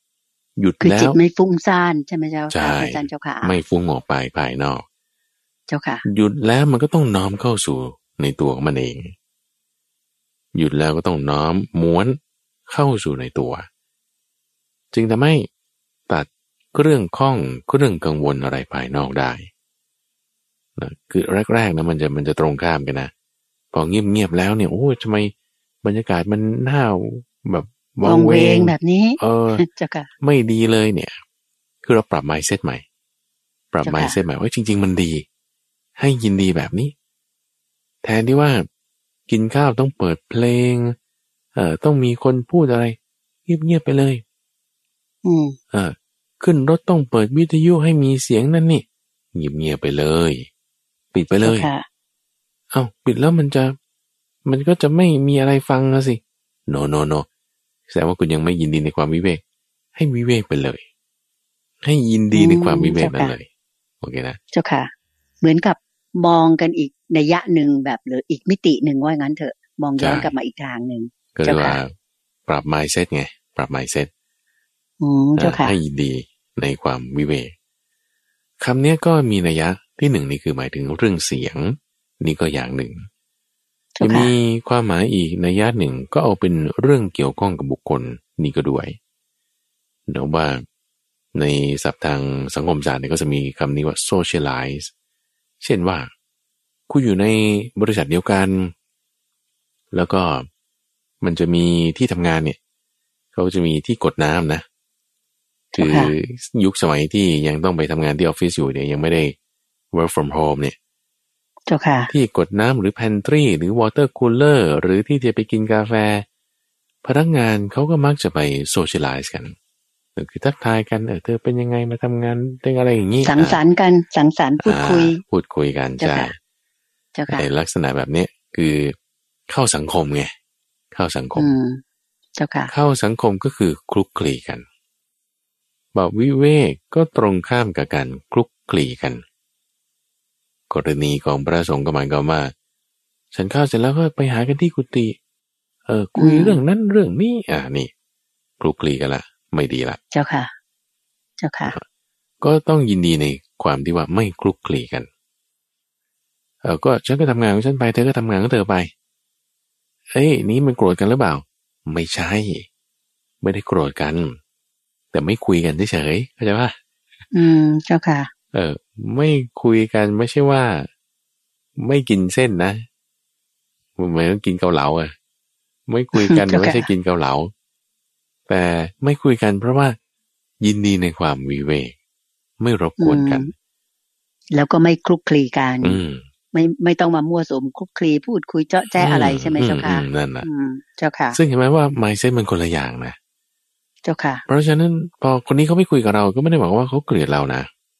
แล้วคือจิตไม่ฟุ้งซ่านใช่ไหมเจ้าค่ะอาจารย์เจ้าค่ะไม่ฟุ้งออกไปภายนอกจ้าค่ะหยุดแล้วมันก็ต้องน้อมเข้าสู่ในตัวของมันเองหยุดแล้วก็ต้องน้อมม้วนเข้าสู่ในตัวจึงทำให้ตัดเรื่องข้องเรื่องกังวลอะไรภายนอกได้นะคือแรกๆนะมันจะตรงข้ามกันนะพอเงียบๆแล้วเนี่ยโอ้ยทำไมบรรยากาศมันน่าแบบวังเวงแบบนี้เจ้าค่ะไม่ดีเลยเนี่ยคือเราปรับ mindset ใหม่ปรับ mindset ใหม่ว่าจริงๆมันดีให้ยินดีแบบนี้แทนที่ว่ากินข้าวต้องเปิดเพลงต้องมีคนพูดอะไรเงียบๆไปเลยขึ้นรถต้องเปิดวิทยุให้มีเสียงนั่นนี่เงียบๆไปเลยปิดไปเลยเอ้าปิดแล้วมันก็จะไม่มีอะไรฟังแล้วสิโนแสดงว่าคุณยังไม่ยินดีในความวิเวกให้วิเวกไปเลยให้ยินดีในความวิเวกนั่นเลยโอเคนะเจ้าค่ะเหมือนกับมองกันอีกนัยยะหนึ่งแบบหรืออีกมิติหนึ่งว่างั้นเถอะมองย้อนกลับมาอีกทางหนึ่งก็คือว่าปรับ mindset ไงปรับ mindset เจ้าค่ะให้ยินดีในความวิเวกคำนี้ก็มีนัยยะที่หนึ่งนี่คือหมายถึงเรื่องเสียงนี่ก็อย่างหนึ่งจะมีความหมายอีกนัยยะหนึ่งก็เอาเป็นเรื่องเกี่ยวข้องกับบุคคลนี่ก็ด้วยเดี๋ยวว่าในศัพท์ทางสังคมศาสตร์เนี่ยก็จะมีคำนี้ว่า socialize เช่นว่าคุณอยู่ในบริษัทเดียวกันแล้วก็มันจะมีที่ทำงานเนี่ยเขาจะมีที่กดน้ำนะคือยุคสมัยที่ยังต้องไปทำงานที่ออฟฟิศอยู่เนี่ยยังไม่ได้ work from home เนี่ยที่กดน้ำหรือ pantry หรือ water cooler หรือที่จะไปกินกาแฟพนักงานเขาก็มักจะไป socialize กันคือทักทายกันเธอเป็นยังไงมาทำงานได้อะไรอย่างนี้สังสรรค์กันสังสรรค์พูดคุยกันใช่ในลักษณะแบบนี้คือเข้าสังคมไงเข้าสังคมเข้าสังคมก็คือคลุกคลีกันบอกวิเวกก็ตรงข้ามกับการคลุกคลีกันกรณีของพระสงฆ์ก็หมายความว่าฉันเข้าเสร็จแล้วก็ไปหากันที่กุฏิคุยเรื่องนั้นเรื่องนี้นี่คลุกคลีกันละไม่ดีละเจ้าค่ะก็ต้องยินดีในความที่ว่าไม่คลุกคลีกันก็ฉันก็ทำงานของฉันไปเธอก็ทำงานของเธอไปนี้มันโกรธกันหรือเปล่าไม่ใช่ไม่ได้โกรธกันแต่ไม่คุยกันเฉยๆเข้าใจป่ะเจ้าค่ะไม่คุยกันไม่ใช่ว่าไม่กินเส้นนะเหมือนกินเกาเหลาไม่คุยกันไม่ใช่กินเกาเหลาแต่ไม่คุยกันเพราะว่ายินดีในความวิเวกไม่รบกวนกันแล้วก็ไม่คลุกคลีกันไม่ต้องมามั่วสุมคลุกคลีพูดคุยเจาะแจ้อะไรใช่ไหมเจ้าค่ะนั่นแหละเจ้าค่ะซึ่งเห็นไหมว่า mindset มันคนละอย่างนะเจ้าค่ะเพราะฉะนั้นพอคนนี้เขาไม่คุยกับเราก็ไม่ได้บอกว่าเขาเกลียดเรานะ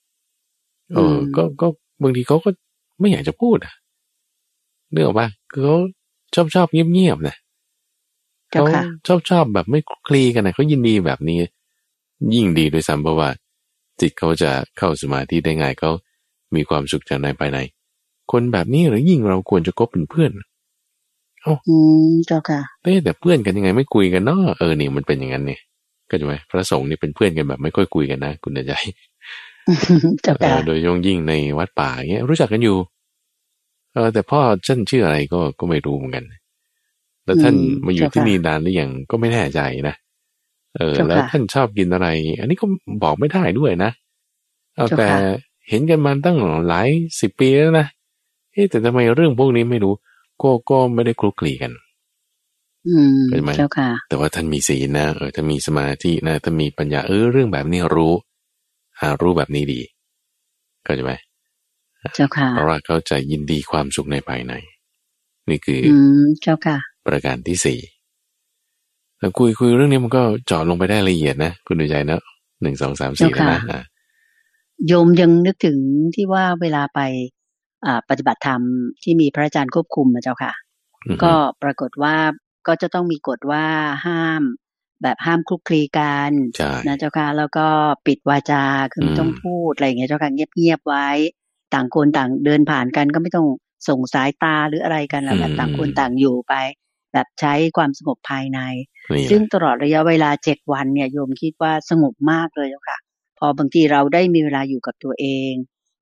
ก็บางทีเขาก็ไม่อยากจะพูดเรื่องว่าเขาชอบเงียบๆนะเขาชอบแบบไม่คลีกันนะเขายินดีแบบนี้ยิ่งดีโดยซ้ำเพราะว่าจิตเขาจะเข้าสมาธิได้ง่ายเขามีความสุขจากในภายในคนแบบนี้หรือยิ่งเราควรจะคบเป็นเพื่อนเจ้าค่ะแต่เพื่อนกันยังไงไม่คุยกันเนาะนี่มันเป็นอย่างนั้นเนี่ยก็ใช่ไหมพระสงฆ์นี่เป็นเพื่อนกันแบบไม่ค่อยคุยกันนะคุณใจโดยยิ่งในวัดป่าอย่างเงี้ยรู้จักกันอยู่แต่พ่อท่านชื่ออะไรก็ไม่รู้เหมือนกันแล้วท่านมาอยู่ที่นี่นานหรือยังก็ไม่แน่ใจนะแล้วท่านชอบกินอะไรอันนี้ก็บอกไม่ได้ด้วยนะแต่เห็นกันมาตั้งหลาย10 ปีแล้วนะแต่ทำไมเรื่องพวกนี้ไม่รู้ก็ไม่ได้คลุกคลีกันใช่ไหมแต่ว่าท่านมีศีลนะท่านมีสมาธินะท่านมีปัญญาเรื่องแบบนี้รู้แบบนี้ดีเข้าใจไหมเจ้าค่ะเพราะว่าเขาจะยินดีความสุขในภายในนี่คือเจ้าค่ะประการที่4แล้วคุยเรื่องนี้มันก็เจาะลงไปได้ละเอียดนะคุณดูใจนะ1 2 3 4นะโยมยังนึกถึงที่ว่าเวลาไปปฏิบัติธรรมที่มีพระอาจารย์ควบคุมนะเจ้าค่ะก็ปรากฏว่าก็จะต้องมีกฎว่าห้ามคลุกคลีกันนะเจ้าค่ะแล้วก็ปิดวาจาคือไม่ต้องพูดอะไรอย่างเงี้ยเจ้าค่ะเงียบๆไว้ต่างคนต่างเดินผ่านกันก็ไม่ต้องส่งสายตาหรืออะไรกันแล้วแบบต่างคนต่างอยู่ไปแบบใช้ความสงบภายในซึ่งตลอดระยะเวลา7 วันเนี่ยโยมคิดว่าสงบมากเลยเจ้าค่ะพอบางทีเราได้มีเวลาอยู่กับตัวเอง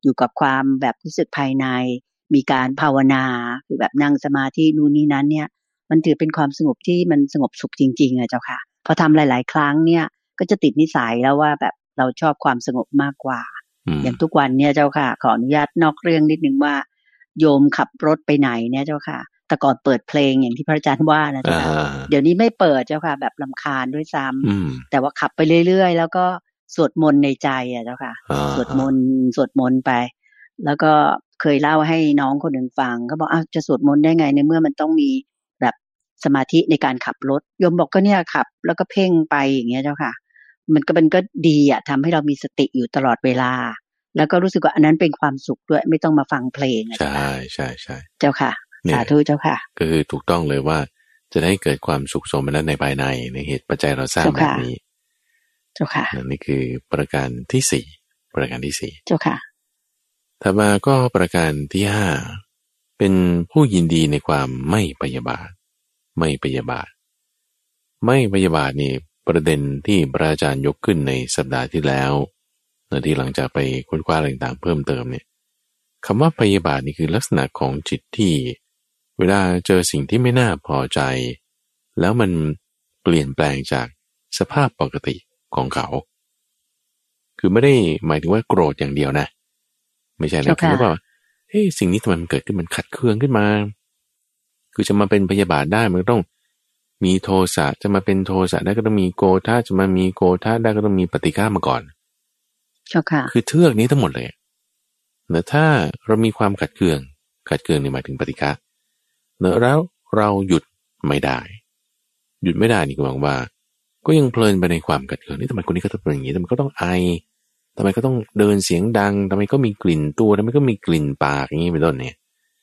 อยู่กับความแบบรู้สึกภายในมีการภาวนาคือแบบนั่งสมาธินู่นนี่นั้นเนี่ยมันถือเป็นความสงบที่มันสงบสุขจริงๆอะเจ้าค่ะพอทำหลายๆครั้งเนี่ยก็จะติดนิสัยแล้วว่าแบบเราชอบความสงบมากกว่าอย่างทุกวันเนี่ยเจ้าค่ะขออนุญาตนอกเรื่องนิดนึงว่าโยมขับรถไปไหนเนี่ยเจ้าค่ะแต่ก่อนเปิดเพลงอย่างที่พระอาจารย์ว่านะเจ้าค่ะเดี๋ยวนี้ไม่เปิดเจ้าค่ะแบบรำคาญด้วยซ้ำแต่ว่าขับไปเรื่อยๆแล้วก็สวดมนต์ในใจอะเจ้าค่ะสวดมนต์ไปแล้วก็เคยเล่าให้น้องคนหนึ่งฟังเขาบอกอ้าวจะสวดมนต์ได้ไงในเมื่อมันต้องมีแบบสมาธิในการขับรถโยมบอกก็เนี่ยขับแล้วก็เพ่งไปอย่างเงี้ยเจ้าค่ะมันก็ดีอ่ะทำให้เรามีสติอยู่ตลอดเวลาแล้วก็รู้สึกว่าอันนั้นเป็นความสุขด้วยไม่ต้องมาฟังเพลงใช่ใช่ใช่เจ้าค่ะสาธุเจ้าค่ะก็คือถูกต้องเลยว่าจะได้เกิดความสุขสมนัตในภายในในเหตุปัจจัยเราสร้างแบบนี้เจ้าค่ะนี่คือประการที่สี่ประการที่สี่เจ้าค่ะถัดมาก็ประการที่ห้าเป็นผู้ยินดีในความไม่พยาบาทไม่พยาบาทไม่พยาบาทนี่ประเด็นที่พระอาจารย์ยกขึ้นในสัปดาห์ที่แล้วที่หลังจากไปค้นคว้าอะไรต่างๆเพิ่มเติมเนี่ยคำว่าพยาบาทนี่คือลักษณะของจิตที่เวลาเจอสิ่งที่ไม่น่าพอใจแล้วมันเปลี่ยนแปลงจากสภาพปกติของเขาคือไม่ได้หมายถึงว่าโกรธอย่างเดียวนะไม่ใช่นะคือว่าเฮ้ยสิ่งนี้ทำไมมันเกิดขึ้นมันขัดเคืองขึ้นมาคือจะมาเป็นพยาบาทได้มันต้องมีโทสะจะมาเป็นโทสะได้ก็ต้องมีโกธาจะมามีโกธาได้ก็ต้องมีปฏิฆามาก่อนคือเทือกนี้ทั้งหมดเลยแต่ถ้าเรามีความขัดเคืองนี่หมายถึงปฏิฆะแล้วเราหยุดไม่ได้นี่ก็หมายว่าก็ยังเพลินไปในความขัดเคืองนี่ทำไมคนนี้ก็ต้องเป็นอย่างนี้ทำไมก็ต้องไอทำไมก็ต้องเดินเสียงดังทำไมก็มีกลิ่นตัวทำไมก็มีกลิ่นปากอย่างนี้เป็นต้นเนี่ย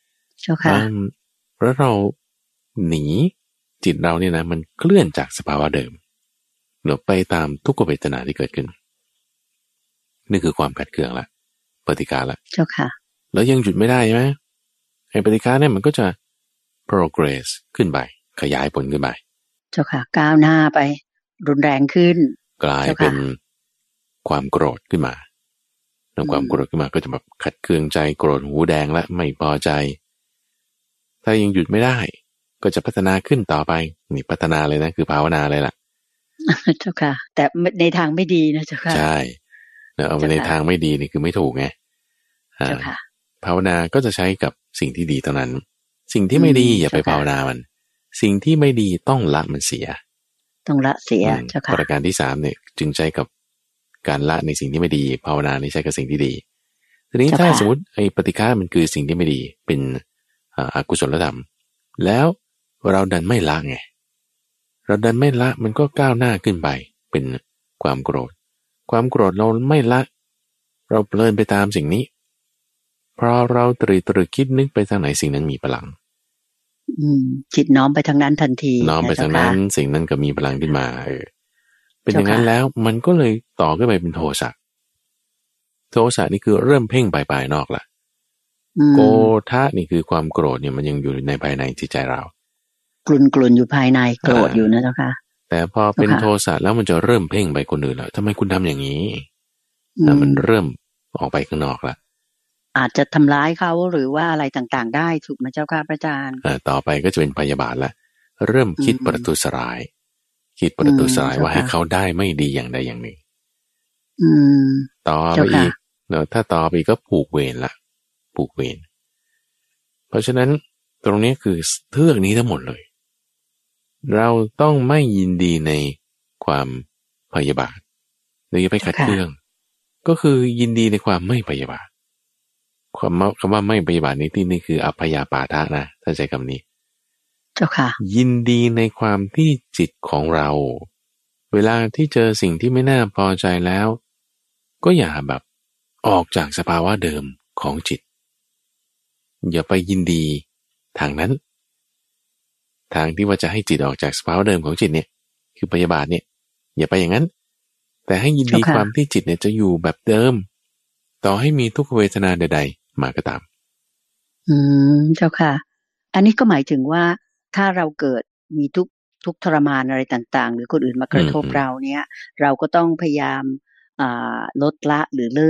แล้วเราหนีจิตเราเนี่ยนะมันเคลื่อนจากสภาวะเดิมไปตามทุกขเวทนาที่เกิดขึ้นนี่คือความขัดเคืองละปฏิฆะละเจ้าค่ะแล้วยังหยุดไม่ได้ใช่ไหมไอ้ปฏิฆะเนี่ยมันก็จะ progress ขึ้นไปขยายผลขึ้นไปเจ้าค่ะก้าวหน้าไปรุนแรงขึ้นกลายเป็นความโกรธขึ้นมาแล้วความโกรธขึ้นมาก็จะแบบขัดเคืองใจโกรธหูแดงและไม่พอใจถ้ายังหยุดไม่ได้ก็จะพัฒนาขึ้นต่อไปนี่พัฒนาเลยนะคือภาวนาเลยล่ะเจ้าค่ะแต่ในทางไม่ดีนะเจ้าค่ะใช่แล้วเอาไปในทางไม่ดีนี่คือไม่ถูกไงภาวนาก็จะใช้กับสิ่งที่ดีเท่านั้นสิ่งที่ไม่ดีอย่าไปภาวนามันสิ่งที่ไม่ดีต้องละมันเสียต้องละเสียเจ้าค่ะประการที่สามเนี่ยจึงใช้กับการละในสิ่งที่ไม่ดีภาวนานี่ใช้กับสิ่งที่ดีทีนี้ถ้าสมมติไอ้ปฏิฆะมันคือสิ่งที่ไม่ดีเป็นอกุศลธรรมแล้วเราดันไม่ละไงเราดันไม่ละมันก็ก้าวหน้าขึ้นไปเป็นความโกรธเราไม่ละเราเพลินไปตามสิ่งนี้พอเราตรึกคิดนึกไปทางไหนสิ่งนั้นมีพลังจิตน้อมไปทางนั้นทันทีน้อมไปทางนั้นสิ่งนั้นก็มีพลังขึ้นมาเป็นอย่างนั้นแล้วมันก็เลยต่อขึ้นไปเป็นโทสะนี่คือเริ่มเพ่งไปภายนอกละโกธะนี่คือความโกรธเนี่ยมันยังอยู่ในภายในจิตใจเรากลุ่นอยู่ภายในโกรธอยู่นะเจ้าค่ะแต่พอเป็นโทสะแล้วมันจะเริ่มเพ่งไปคนอื่นแล้วทำไมคุณทำอย่างนี้มันเริ่มออกไปข้างนอกละอาจจะทำร้ายเขาหรือว่าอะไรต่างๆได้ถูกไหมเจ้าค่ะพระอาจารย์ต่อไปก็จะเป็นพยาบาทละเริ่มคิดประทุษร้ายว่าให้เขาได้ไม่ดีอย่างใดอย่างหนึ่งต่อไปอีกถ้าต่อไปก็ผูกเวรละผูกเวรเพราะฉะนั้นตรงนี้คือเทือกนี้ทั้งหมดเลยเราต้องไม่ยินดีในความพยาบาทหรือไปขัดเคืองก็คือยินดีในความไม่พยาบาทคำว่าไม่พยาบาทนี้ที่นี่คืออภยาปาทะนะถ้าใช้คำนี้เจ้าค่ะยินดีในความที่จิตของเราเวลาที่เจอสิ่งที่ไม่น่าพอใจแล้วก็อย่าแบบออกจากสภาวะเดิมของจิตอย่าไปยินดีทางนั้นทางที่ว่าจะให้จิตออกจากสภาวะเดิมของจิตเนี่ยคือพยาบาทเนี่ยอย่าไปอย่างนั้นแต่ให้ยินดีความที่จิตเนี่ยจะอยู่แบบเดิมต่อให้มีทุกขเวทนาใดๆมาก็ตามเจ้าค่ะอันนี้ก็หมายถึงว่าถ้าเราเกิดมีทุกทรมานอะไรต่างๆหรือคนอื่นมากระทบเราเนี่ยเราก็ต้องพยายามลดละหรือเลิก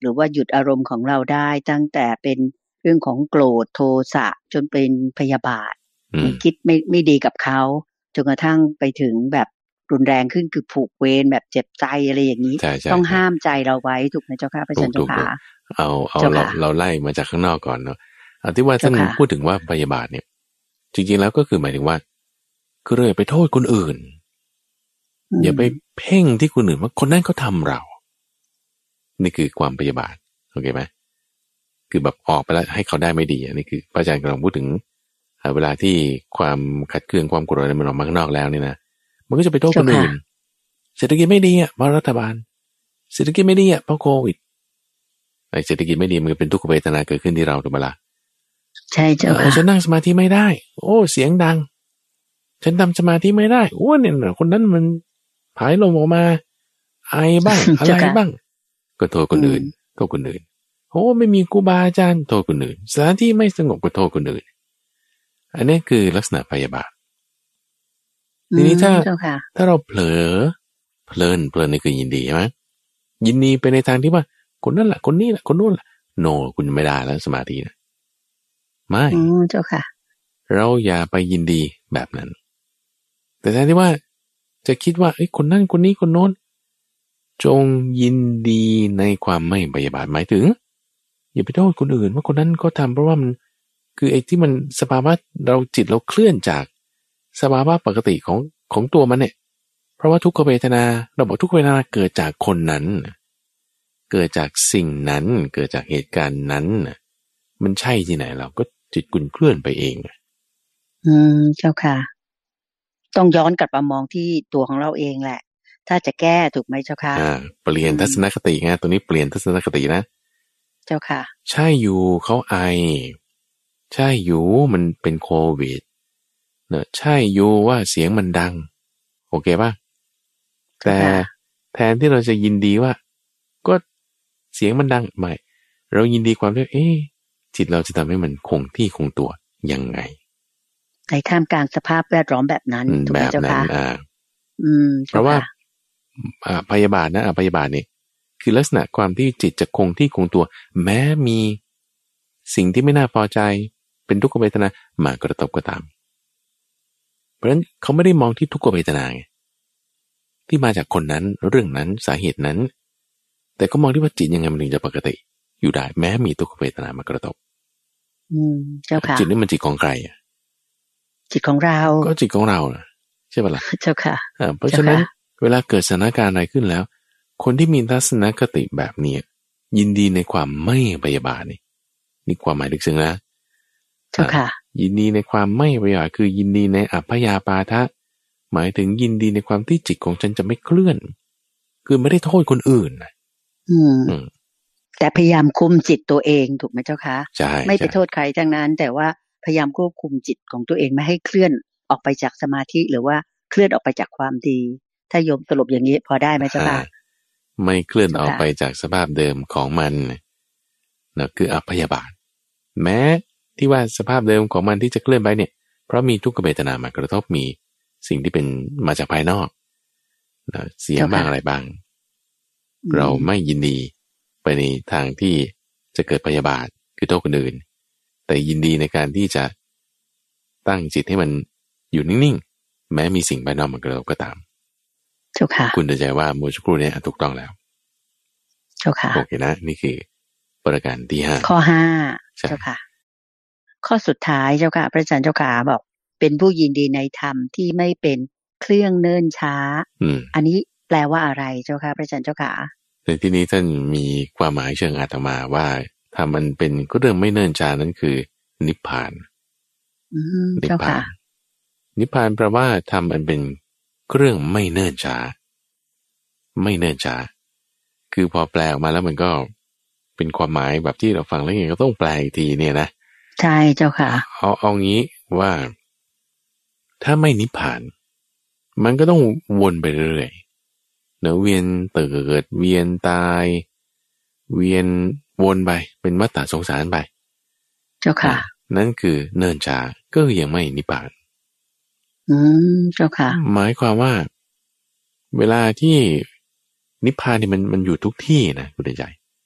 หรือว่าหยุดอารมณ์ของเราได้ตั้งแต่เป็นเรื่องของโกรธโทสะจนเป็นพยาบาทไม่คิดไม่ดีกับเขาจนกระทั่งไปถึงแบบรุนแรงขึ้นคือผูกเวรแบบเจ็บใจอะไรอย่างนี้ต้องห้ามใจเราไว้ถูกไหมเจ้าค่ะพระอาจารย์เจ้าค่ะเอาเราไล่มาจากข้างนอกก่อนเนาะเอาที่ว่าท่านพูดถึงว่าพยาบาทเนี่ยจริงๆแล้วก็คือหมายถึงว่าคือเราอย่าไปโทษคนอื่นอย่าไปเพ่งที่คนอื่นว่าคนนั้นเขาทำเรานี่คือความพยาบาทโอเคไหมคือแบบออกไปแล้วให้เขาได้ไม่ดีอันนี้คือพระอาจารย์กำลังพูดถึงเวลาที่ความขัดเคืองความโกรธมันออกมาข้างนอกแล้วเนี่ยนะมันก็จะไปโทษคนอื่นเศรษฐกิจไม่ดีอ่ะเพราะรัฐบาลเศรษฐกิจไม่ดีอ่ะเพราะโควิดไอ้เศรษฐกิจไม่ดีมันเป็นทุกขเวทนาเกิดขึ้นที่เราถูกไหมล่ะใช่เจ้าค่ะฉันนั่งสมาธิไม่ได้โอ้เสียงดังฉันทำสมาธิไม่ได้โอ้เนี่ยคนนั้นมันผายลมออกมาไอบ้าง อะไรบ้างก็โทษคนอื่นโทษคนอื่นโอ้ไม่มีครูบาอาจารย์โทษคนอื่นสถานที่ไม่สงบก็โทษคนอื่นอันนี้คือลักษณะพยาบาททีนี้ถ้าเราเผลอเพลินนี่คือยินดีใช่ไหมยินดีไปในทางที่ว่าคนนั้นแหละคนนี้แหละคนนู้นแหละโนคุณไม่ได้แล้วสมาธินะไม่เจ้าค่ะเราอย่าไปยินดีแบบนั้นแต่แทนที่ว่าจะคิดว่าคนนั้นคนนี้คนโน้นจงยินดีในความไม่พยาบาทหมายถึงอย่าไปโทษคนอื่นว่าคนนั้นก็ทำเพราะว่ามันคือไอ้ที่มันสภาวะเราจิตเราเคลื่อนจากสภาวะปกติของตัวมันเนี่ยเพราะว่าทุกขเวทนาเราบอกทุกขเวทนาเกิดจากคนนั้นเกิดจากสิ่งนั้นเกิดจากเหตุการณ์นั้นมันใช่ที่ไหนเราก็จิตกุนเคลื่อนไปเองเจ้าค่ะต้องย้อนกลับมามองที่ตัวของเราเองแหละถ้าจะแก้ถูกไหมเจ้าค่ะเปลี่ยนทัศนคติไงตัวนี้เปลี่ยนทัศนคตินะเจ้าค่ะใช่อยู่เขาไอใช่อยู่มันเป็นโควิดเนอะใช่อยู่ว่าเสียงมันดังโอเคป่ะแต่แทนที่เราจะยินดีว่าก็เสียงมันดังไม่เรายินดีความที่จิตเราจะทำให้มันคงที่คงตัวยังไงในท่ามกลางสภาพแวดล้อมแบบนั้นถูกไหมเจ้าค่ะเพราะว่าพยาบาทนะพยาบาทนี่คือลักษณะความที่จิตจะคงที่คงตัวแม้มีสิ่งที่ไม่น่าพอใจเป็นทุกขเวทนามากระทบก็ตามเพราะฉะนั้นเขาไม่ได้มองที่ทุกขเวทนาไงที่มาจากคนนั้นเรื่องนั้นสาเหตุนั้นแต่ก็มองที่ว่าจิตยังไงมันถึงจะปกติอยู่ได้แม้มีทุกขเวทนามากระทบเจ้าค่ะจิตนี่มันจิตของใครจิตของเราก็จิตของเราใช่ป่ะล่ะเจ้าค่ะเพราะฉะนั้นเวลาเกิดสถานการณ์อะไรขึ้นแล้วคนที่มีทัศนคติแบบนี้ยินดีในความไม่พยาบาทนี่ความหมายลึกซึ้งนะเจ้าค่ะยินดีในความไม่พยาบาทคือยินดีในอัพพยาปาทะหมายถึงยินดีในความที่จิตของฉันจะไม่เคลื่อนคือไม่ได้โทษคนอื่นแต่พยายามคุมจิตตัวเองถูกไหมเจ้าคะใช่ไม่ไปโทษใครทั้งนั้นแต่ว่าพยายามควบคุมจิตของตัวเองไม่ให้เคลื่อนออกไปจากสมาธิหรือว่าเคลื่อนออกไปจากความดีถ้าโยมสรุปอย่างนี้พอได้ไหมเจ้าค่ะไม่เคลื่อนออกไปจากสภาพเดิมของมันนะคืออัพยาบาทแม้ที่ว่าสภาพเดิมของมันที่จะเคลื่อนไปเนี่ยเพราะมีทุกขเวทนามากระทบมีสิ่งที่เป็นมาจากภายนอกนะเสียงบ้างอะไรบ้างเราไม่ยินดีไปในทางที่จะเกิดพยาบาทคือโทษคนอื่นแต่ยินดีในการที่จะตั้งจิตให้มันอยู่นิ่งๆแม้มีสิ่งภายนอกมากระทบก็ตามเจ้าค่ะคุณจะใจว่ามูชครูเนี่ยถูกต้องแล้วเจ้าค่ะโอเคนะนี่คือประการที่5 ข้อ5เจ้าค่ะข้อสุดท้ายเจ้าค่ะพระอาจารย์เจ้าค่ะบอกเป็นผู้ยินดีในธรรมที่ไม่เป็นเครื่องเนิ่นช้าอันนี้แปลว่าอะไรเจ้าค่ะพระอาจารย์เจ้าค่ะในที่นี้ท่านมีความหมายเชิงอาตมาว่าธรรมมันเป็นก็เรื่องไม่เนิ่นช้านั้นคือนิพพานเจ้าค่ะนิพพานแปลว่าธรรมอันเป็นเรื่องไม่เนิ่นช้าไม่เนิ่นช้าคือพอแปลออกมาแล้วมันก็เป็นความหมายแบบที่เราฟังแล้วไงก็ต้องแปลอีกทีเนี่ยนะใช่เจ้าค่ะเอางี้ว่าถ้าไม่นิพพานมันก็ต้องวนไปเรื่อยเนื้อเวียนเกิดเวียนตายเวียนวนไปเป็นวัฏฏะสงสารไปเจ้าค่ะนั่นคือเนิ่นช้าก็ยังไม่นิพพานเจ้าค่ะหมายความว่าเวลาที่นิพพานนี่มันอยู่ทุกที่นะคุณใจ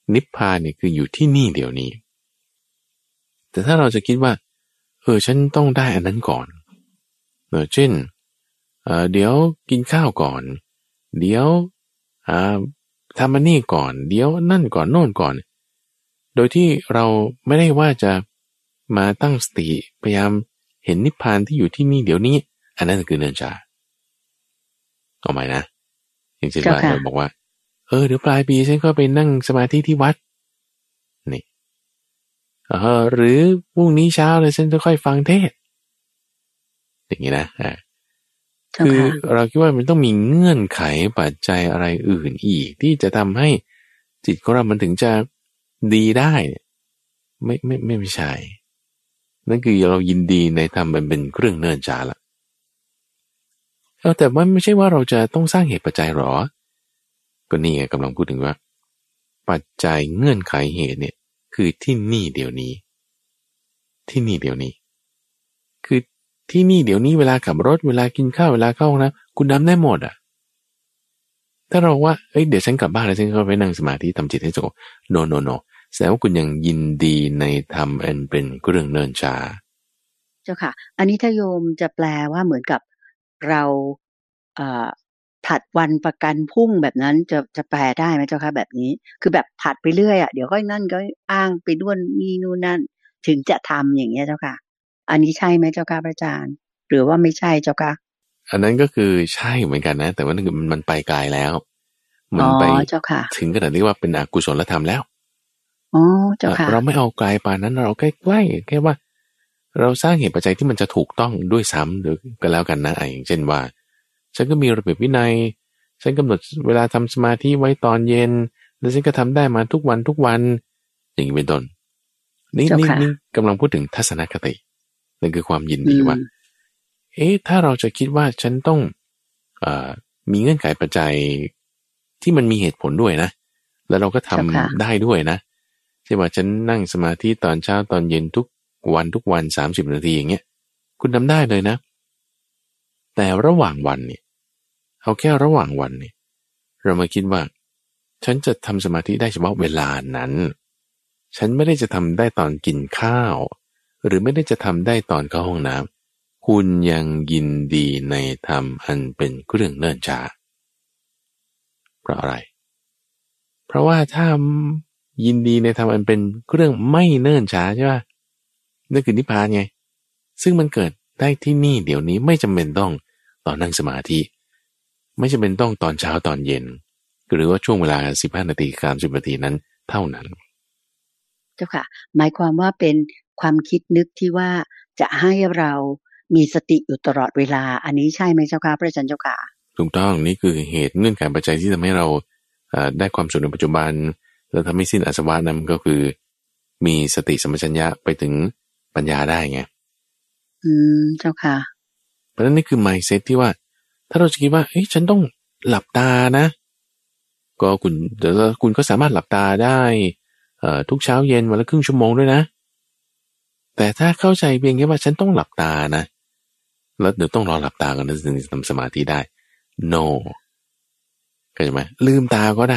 นิพพานเนี่ยคืออยู่ที่นี่เดี๋ยวนี้แต่ถ้าเราจะคิดว่าฉันต้องได้อันนั้นก่อนเช่นเดี๋ยวกินข้าวก่อนเดี๋ยวทำมันนี่ก่อนเดี๋ยวนั่นก่อนโน่นก่อนโดยที่เราไม่ได้ว่าจะมาตั้งสติพยายามเห็นนิพพานที่อยู่ที่นี่เดี๋ยวนี้อันนั้นคือเนินชาเอาใหม่นะอย่างเช่นว่าเราบอกว่าเดี๋ยวปลายปีฉันก็ไปนั่งสมาธิที่วัดนี่หรือพรุ่งนี้เช้าเลยฉันจะค่อยฟังเทศอย่างนี้นะคือเราคิดว่ามันต้องมีเงื่อนไขปัจจัยอะไรอื่นอีกที่จะทำให้จิตของเรามันถึงจะดีได้ไม่ใช่นั่นคือเรายินดีในธรรมมันเป็นเครื่องเนิ่นช้าละแต่ว่าไม่ใช่ว่าเราจะต้องสร้างเหตุปัจจัยหรอก็นี่ไงกำลังพูดถึงว่าปัจจัยเงื่อนไขเหตุเนี่ยคือที่นี่เดี๋ยวนี้ที่นี่เดี๋ยวนี้คือที่นี่เดี๋ยวนี้เวลาขับรถเวลากินข้าวเวลาเข้าห้องน้ำคุณทำได้หมดอ่ะถ้าเราว่าเดี๋ยวฉันกลับบ้านแล้วฉันก็ไปนั่งสมาธิทำจิตให้สงบโนแสดงว่าคุณยังยินดีในธรรมอันเป็นเครื่องเนิ่นช้าเจ้าค่ะอันนี้ถ้าโยมจะแปลว่าเหมือนกับเราผัดวันประกันพรุ่งแบบนั้นจะแปลได้ไหมเจ้าค่ะแบบนี้คือแบบผัดไปเรื่อยเดี๋ยวก็นั่นก็อ้างไปด้วนนี่นู่นนั่นถึงจะทำอย่างเงี้ยเจ้าค่ะอันนี้ใช่ไหมเจ้าค่ะพระอาจารย์หรือว่าไม่ใช่เจ้าค่ะอันนั้นก็คือใช่เหมือนกันนะแต่ว่านั่นคือมันไปไกลแล้วมันไปถึงขนาดที่ว่าเป็นอกุศลธรรมแล้วเจ้าค่ะเราไม่เอาไกลปานนั้นเราใกล้ๆแค่ว่าเราสร้างเหตุปัจจัยที่มันจะถูกต้องด้วยซ้ำหรือก็แล้วกันนะอย่างเช่นว่าฉันก็มีระเบียบวินัยฉันกำหนดเวลาทำสมาธิไว้ตอนเย็นแล้วฉันก็ทำได้มาทุกวันอย่างนี้เป็นต้นนี่กำลังพูดถึงทัศนคตินั่นคือความยินดีว่าถ้าเราจะคิดว่าฉันต้องมีเงื่อนไขปัจจัยที่มันมีเหตุผลด้วยนะแล้วเราก็ทำได้ด้วยนะใช่ว่าฉันนั่งสมาธิตอนเช้าตอนเย็นทุกวัน30 นาทีอย่างเงี้ยคุณทำได้เลยนะแต่ระหว่างวันเนี่ยเอาแค่ระหว่างวันเนี่ยเรามาคิดว่าฉันจะทำสมาธิได้เฉพาะเวลานั้นฉันไม่ได้จะทำได้ตอนกินข้าวหรือไม่ได้จะทำได้ตอนเข้าห้องน้ำคุณยังยินดีในธรรมอันเป็นเครื่องเนิ่นช้าเพราะอะไรเพราะว่าถ้ายินดีในธรรมอันเป็นเครื่องไม่เนิ่นช้าใช่ป่ะนั่นคือนิพพานไงซึ่งมันเกิดได้ที่นี่เดี๋ยวนี้ไม่จำเป็นต้องตอนนั่งสมาธิไม่จำเป็นต้องตอนเช้าตอนเย็นหรือว่าช่วงเวลา15 นาที30 นาทีนั้นเท่านั้นเจ้าค่ะหมายความว่าเป็นความคิดนึกที่ว่าจะให้เรามีสติอยู่ตลอดเวลาอันนี้ใช่ไหมเจ้าค่ะพระอาจารย์เจ้าค่ะถูกต้องนี่คือเหตุเงื่อนไขปัจจัยที่ทำให้เราได้ความสุขในปัจจุบันแล้วทำให้สิ้นอาสวะนั้นก็คือมีสติสัมปชัญญะไปถึงปัญญาได้ไงเจ้าค่ะเพราะฉะนั้นนี่คือ mindset ที่ว่าถ้าเราจะคิดว่าฉันต้องหลับตานะก็คุณก็สามารถหลับตาได้ทุกเช้าเย็นวันละครึ่งชั่วโมงด้วยนะแต่ถ้าเข้าใจเพียงแค่ว่าฉันต้องหลับตานะแล้วเดี๋ยวต้องรอหลับตากันถึงจะทำสมาธิได้ no เข้าใจไหมลืมตาก็ได้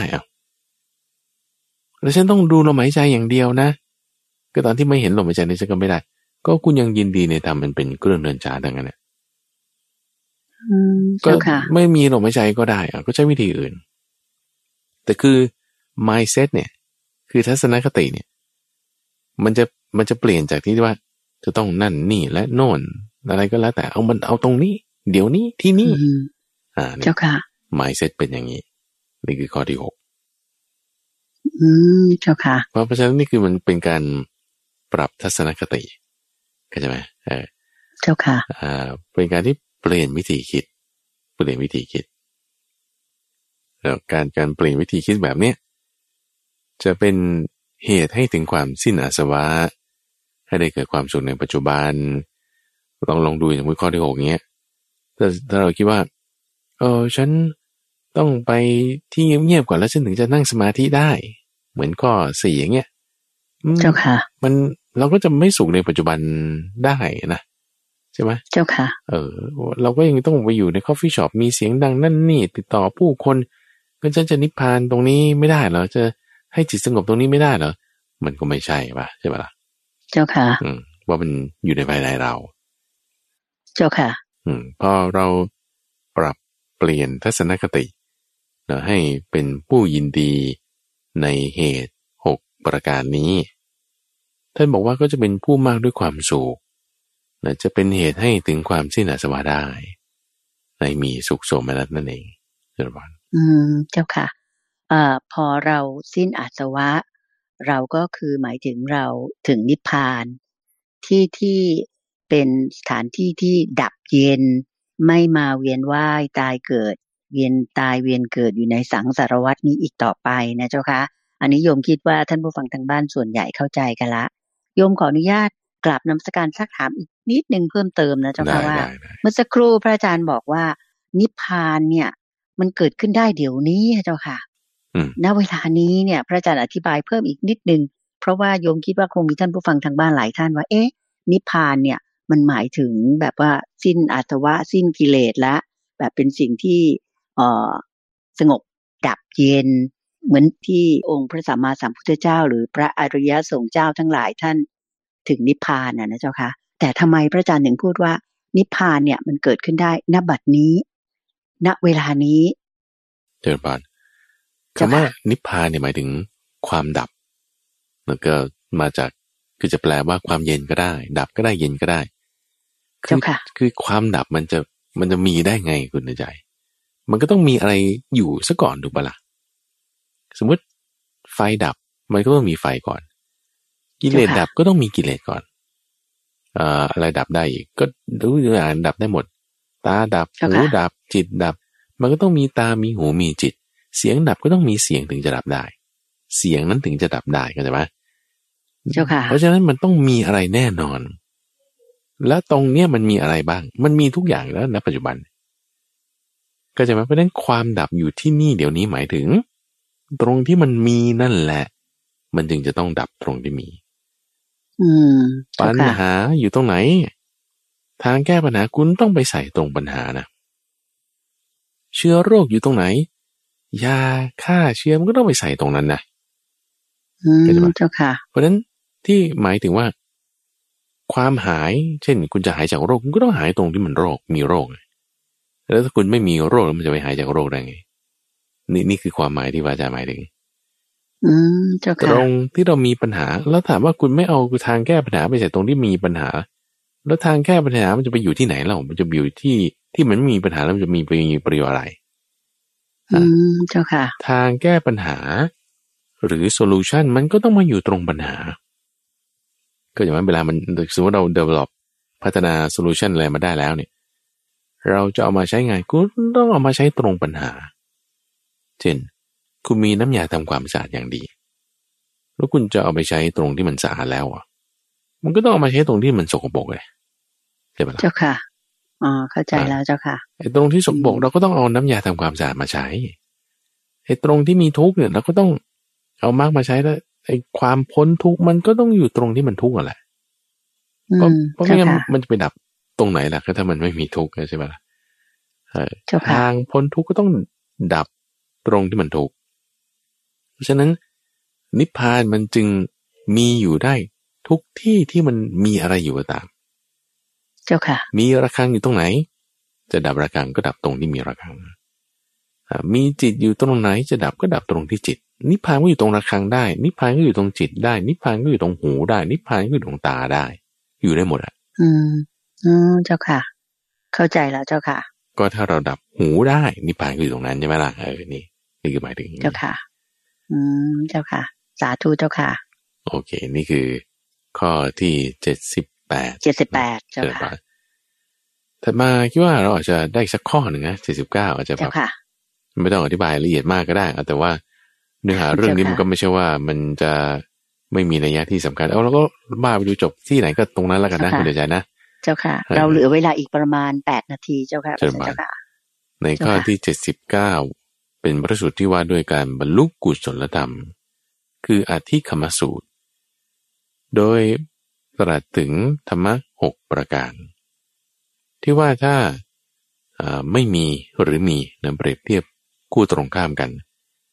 แล้วฉันต้องดูลมหายใจอย่างเดียวนะก็ตอนที่ไม่เห็นลมหายใจนี่ฉันก็ไม่ได้ก็คุณยังยินดีในธรรมมันเป็นเครื่องเดินช้าดังนั้นก็ไม่มีลมหายใจก็ได้ก็ใช้วิธีอื่นแต่คือ mindset เนี่ยคือทัศนคติเนี่ยมันจะเปลี่ยนจากที่ว่าจะต้องนั่นนี่และโน่นอะไรก็แล้วแต่เอาตรงนี้เดี๋ยวนี้ที่นี่เจ้าค่ะ mindset เป็นอย่างนี้นี่คือข้อที่6 เจ้าค่ะเพราะฉะนั้นนี่คือมันเป็นการปรับทัศนคติเข้าใจไหมเจ้าค่ะเป็นการที่เปลี่ยนวิธีคิดแล้วการเปลี่ยนวิธีคิดแบบเนี้ยจะเป็นเหตุให้ถึงความสิ้นอาสวะให้ได้เกิดความสุขในปัจจุบันลองดูอย่างข้อที่6เงี้ยถ้าเราคิดว่าฉันต้องไปที่เงียบๆก่อนแล้วฉันถึงจะนั่งสมาธิได้เหมือนข้อ4อย่างเงี้ยเจ้าค่ะเราก็จะไม่สุขในปัจจุบันได้นะใช่ไหมเจ้าค่ะเราก็ยังต้องไปอยู่ในคอฟฟี่ช็อปมีเสียงดังนั่นนี่ติดต่อผู้คนก็จะนิพพานตรงนี้ไม่ได้เหรอจะให้จิตสงบตรงนี้ไม่ได้เหรอมันก็ไม่ใช่ป่ะใช่ป่ะล่ะเจ้าค่ะว่ามันอยู่ในภายในเราเจ้าค่ะพอเราปรับเปลี่ยนทัศนคตินะให้เป็นผู้ยินดีในเหตุ6ประการนี้ท่านบอกว่าก็จะเป็นผู้มากด้วยความสุขนะจะเป็นเหตุให้ถึงความสิ้นอาสวะได้ในมีสุขโสมนัสนั่นเองเจ้าค่ะเจ้าค่ะพอเราสิ้นอาสวะเราก็คือหมายถึงเราถึงนิพพานที่เป็นสถานที่ที่ดับเย็นไม่มาเวียนว่ายตายเกิดเวียนตายเวียนเกิดอยู่ในสังสารวัฏนี้อีกต่อไปนะเจ้าค่ะอันนี้โยมคิดว่าท่านผู้ฟังทางบ้านส่วนใหญ่เข้าใจกันละโยมขออนุญาตกราบนมัสการซักถามอีกนิดนึงเพิ่มเติมนะเจ้าค่ะว่าเมื่อสักครู่พระอาจารย์บอกว่านิพพานเนี่ยมันเกิดขึ้นได้เดี๋ยวนี้เจ้าค่ะณเวลานี้เนี่ยพระอาจารย์อธิบายเพิ่มอีกนิดนึงเพราะว่าโยมคิดว่าคงมีท่านผู้ฟังทางบ้านหลายท่านว่านิพพานเนี่ยมันหมายถึงแบบว่าสิ้นอาสวะสิ้นกิเลสละแบบเป็นสิ่งที่สงบดับเย็นเหมือนที่องค์พระสัมมาสัมพุทธเจ้าหรือพระอริยสงฆ์เจ้าทั้งหลายท่านถึงนิพพานนะเจ้าค่ะแต่ทำไมพระอาจารย์ถึงพูดว่านิพพานเนี่ยมันเกิดขึ้นได้ณบัดนี้ณเวลานี้เจริญพรคำว่านิพพานเนี่ยหมายถึงความดับแล้วก็มาจากคือจะแปลว่าความเย็นก็ได้ดับก็ได้เย็นก็ได้คือความดับมันจะมีได้ไงคุณใจมันก็ต้องมีอะไรอยู่ซะก่อนถูกปะล่ะสมมติไฟดับมันก็ต้องมีไฟก่อนกิเลสดับก็ต้องมีกิเลสก่อนอะไรดับได้อีกก็ดูอย่างดับได้หมดตาดับหูดับจิตดับมันก็ต้องมีตามีหูมีจิตเสียงดับก็ต้องมีเสียงถึงจะดับได้เสียงนั้นถึงจะดับได้เข้าใจไหมเพราะฉะนั้นมันต้องมีอะไรแน่นอนแล้วตรงเนี้ยมันมีอะไรบ้างมันมีทุกอย่างแล้วณปัจจุบันก็จะมาเพราะฉะนั้นความดับอยู่ที่นี่เดี๋ยวนี้หมายถึงตรงที่มันมีนั่นแหละมันจึงจะต้องดับตรงที่มีปัญหาอยู่ตรงไหนทางแก้ปัญหาคุณต้องไปใส่ตรงปัญหานะเชื้อโรคอยู่ตรงไหนยาฆ่าเชื้อมันก็ต้องไปใส่ตรงนั้นนะเจ้าค่ะเพราะฉะนั้นที่หมายถึงว่าความหายเช่นคุณจะหายจากโรคคุณก็ต้องหายตรงที่มันมีโรคแล้วถ้าคุณไม่มีโรคแล้วมันจะไปหายจากโรคได้ไงนี่คือความหมายที่พระอาจารย์หมายถึงเจ้าค่ะตรงที่เรามีปัญหาแล้วถามว่าคุณไม่เอาทางแก้ปัญหาไปใส่ตรงที่มีปัญหาแล้วทางแก้ปัญหามันจะไปอยู่ที่ไหนเล่ามันจะอยู่ที่มันไม่มีปัญหาแล้วมันจะมีประโยชน์อะไรเจ้าค่ะทางแก้ปัญหาหรือโซลูชันมันก็ต้องมาอยู่ตรงปัญหาก็อย่างนั้นเวลามันสมมติเรา develop พัฒนาโซลูชันอะไรมาได้แล้วเนี่ยเราจะเอามาใช้งานก็ต้องเอามาใช้ตรงปัญหาเช่นคุณมีน้ำยาทำความสะอาดอย่างดีแล้วคุณจะเอาไปใช้ตรงที่มันสะอาดแล้วมันก็ต้องเอามาใช้ตรงที่มันสกปรกเลยใช่ไหมล่ะเจ้าค่ะเข้าใจแล้วเจ้าค่ะไอ้ตรงที่สกปรกเราก็ต้องเอาน้ำยาทำความสะอาดมาใช้ไอ้ตรงที่มีทุกข์เนี่ยเราก็ต้องเอามากมาใช้แล้วไอ้ความพ้นทุกข์มันก็ต้องอยู่ตรงที่มันทุกข์แหละเพราะไม่งั้นมันจะไปดับตรงไหนล่ะก็ถ้ามันไม่มีทุกข์ใช่ไหมล่ะทางพ้นทุกข์ก็ต้องดับตรงที่มันทุกข์เพราะฉะนั้นนิพพานมันจึงมีอยู่ได้ทุกที่ที่มันมีอะไรอยู่ก็ตามเจ้าค่ะมีระฆังอยู่ตรงไหนจะดับระฆังก็ดับตรงที่มีระฆังมีจิตอยู่ตรงไหนจะดับก็ดับตรงที่จิตนิพพานก็อยู่ตรงระฆังได้นิพพานก็อยู่ตรงจิตได้นิพพานก็อยู่ตรงหูได้นิพพานก็อยู่ตรงตาได้อยู่ได้หมดเจ้าค่ะเข้าใจแล้วเจ้าค่ะก็ถ้าเราดับหูได้นิพพานก็อยู่ตรงนั้นใช่ไหมล่ะนี่คือหมายถึงเจ้าค่ะเจ้าค่ะสาธุเจ้าค่ะโอเคนี่คือข้อที่78 เจ้าค่ะถัดมาคิดว่าเราอาจจะได้สักข้อหนึ่งนะ79อาจจะแบบไม่ต้องอธิบายละเอียดมากก็ได้แต่ว่าเนื้อหาเรื่องนี้มันก็ไม่ใช่ว่ามันจะไม่มีนัยยะที่สำคัญแล้วก็บ้าไปดูจบที่ไหนก็ตรงนั้นแล้วกันนะคุณเดชใจนะเจ้าค่ะเราเหลือเวลาอีกประมาณ8นาทีเจ้าค่ะในข้อที่79เป็นพระสูตรที่ว่าด้วยการบรรลุกุศลธรรมคืออธิคมสูตรโดยตรัสถึงธรรมะ6ประการที่ว่าถ้าไม่มีหรือมีนำเปรียบเทียบคู่ตรงข้ามกัน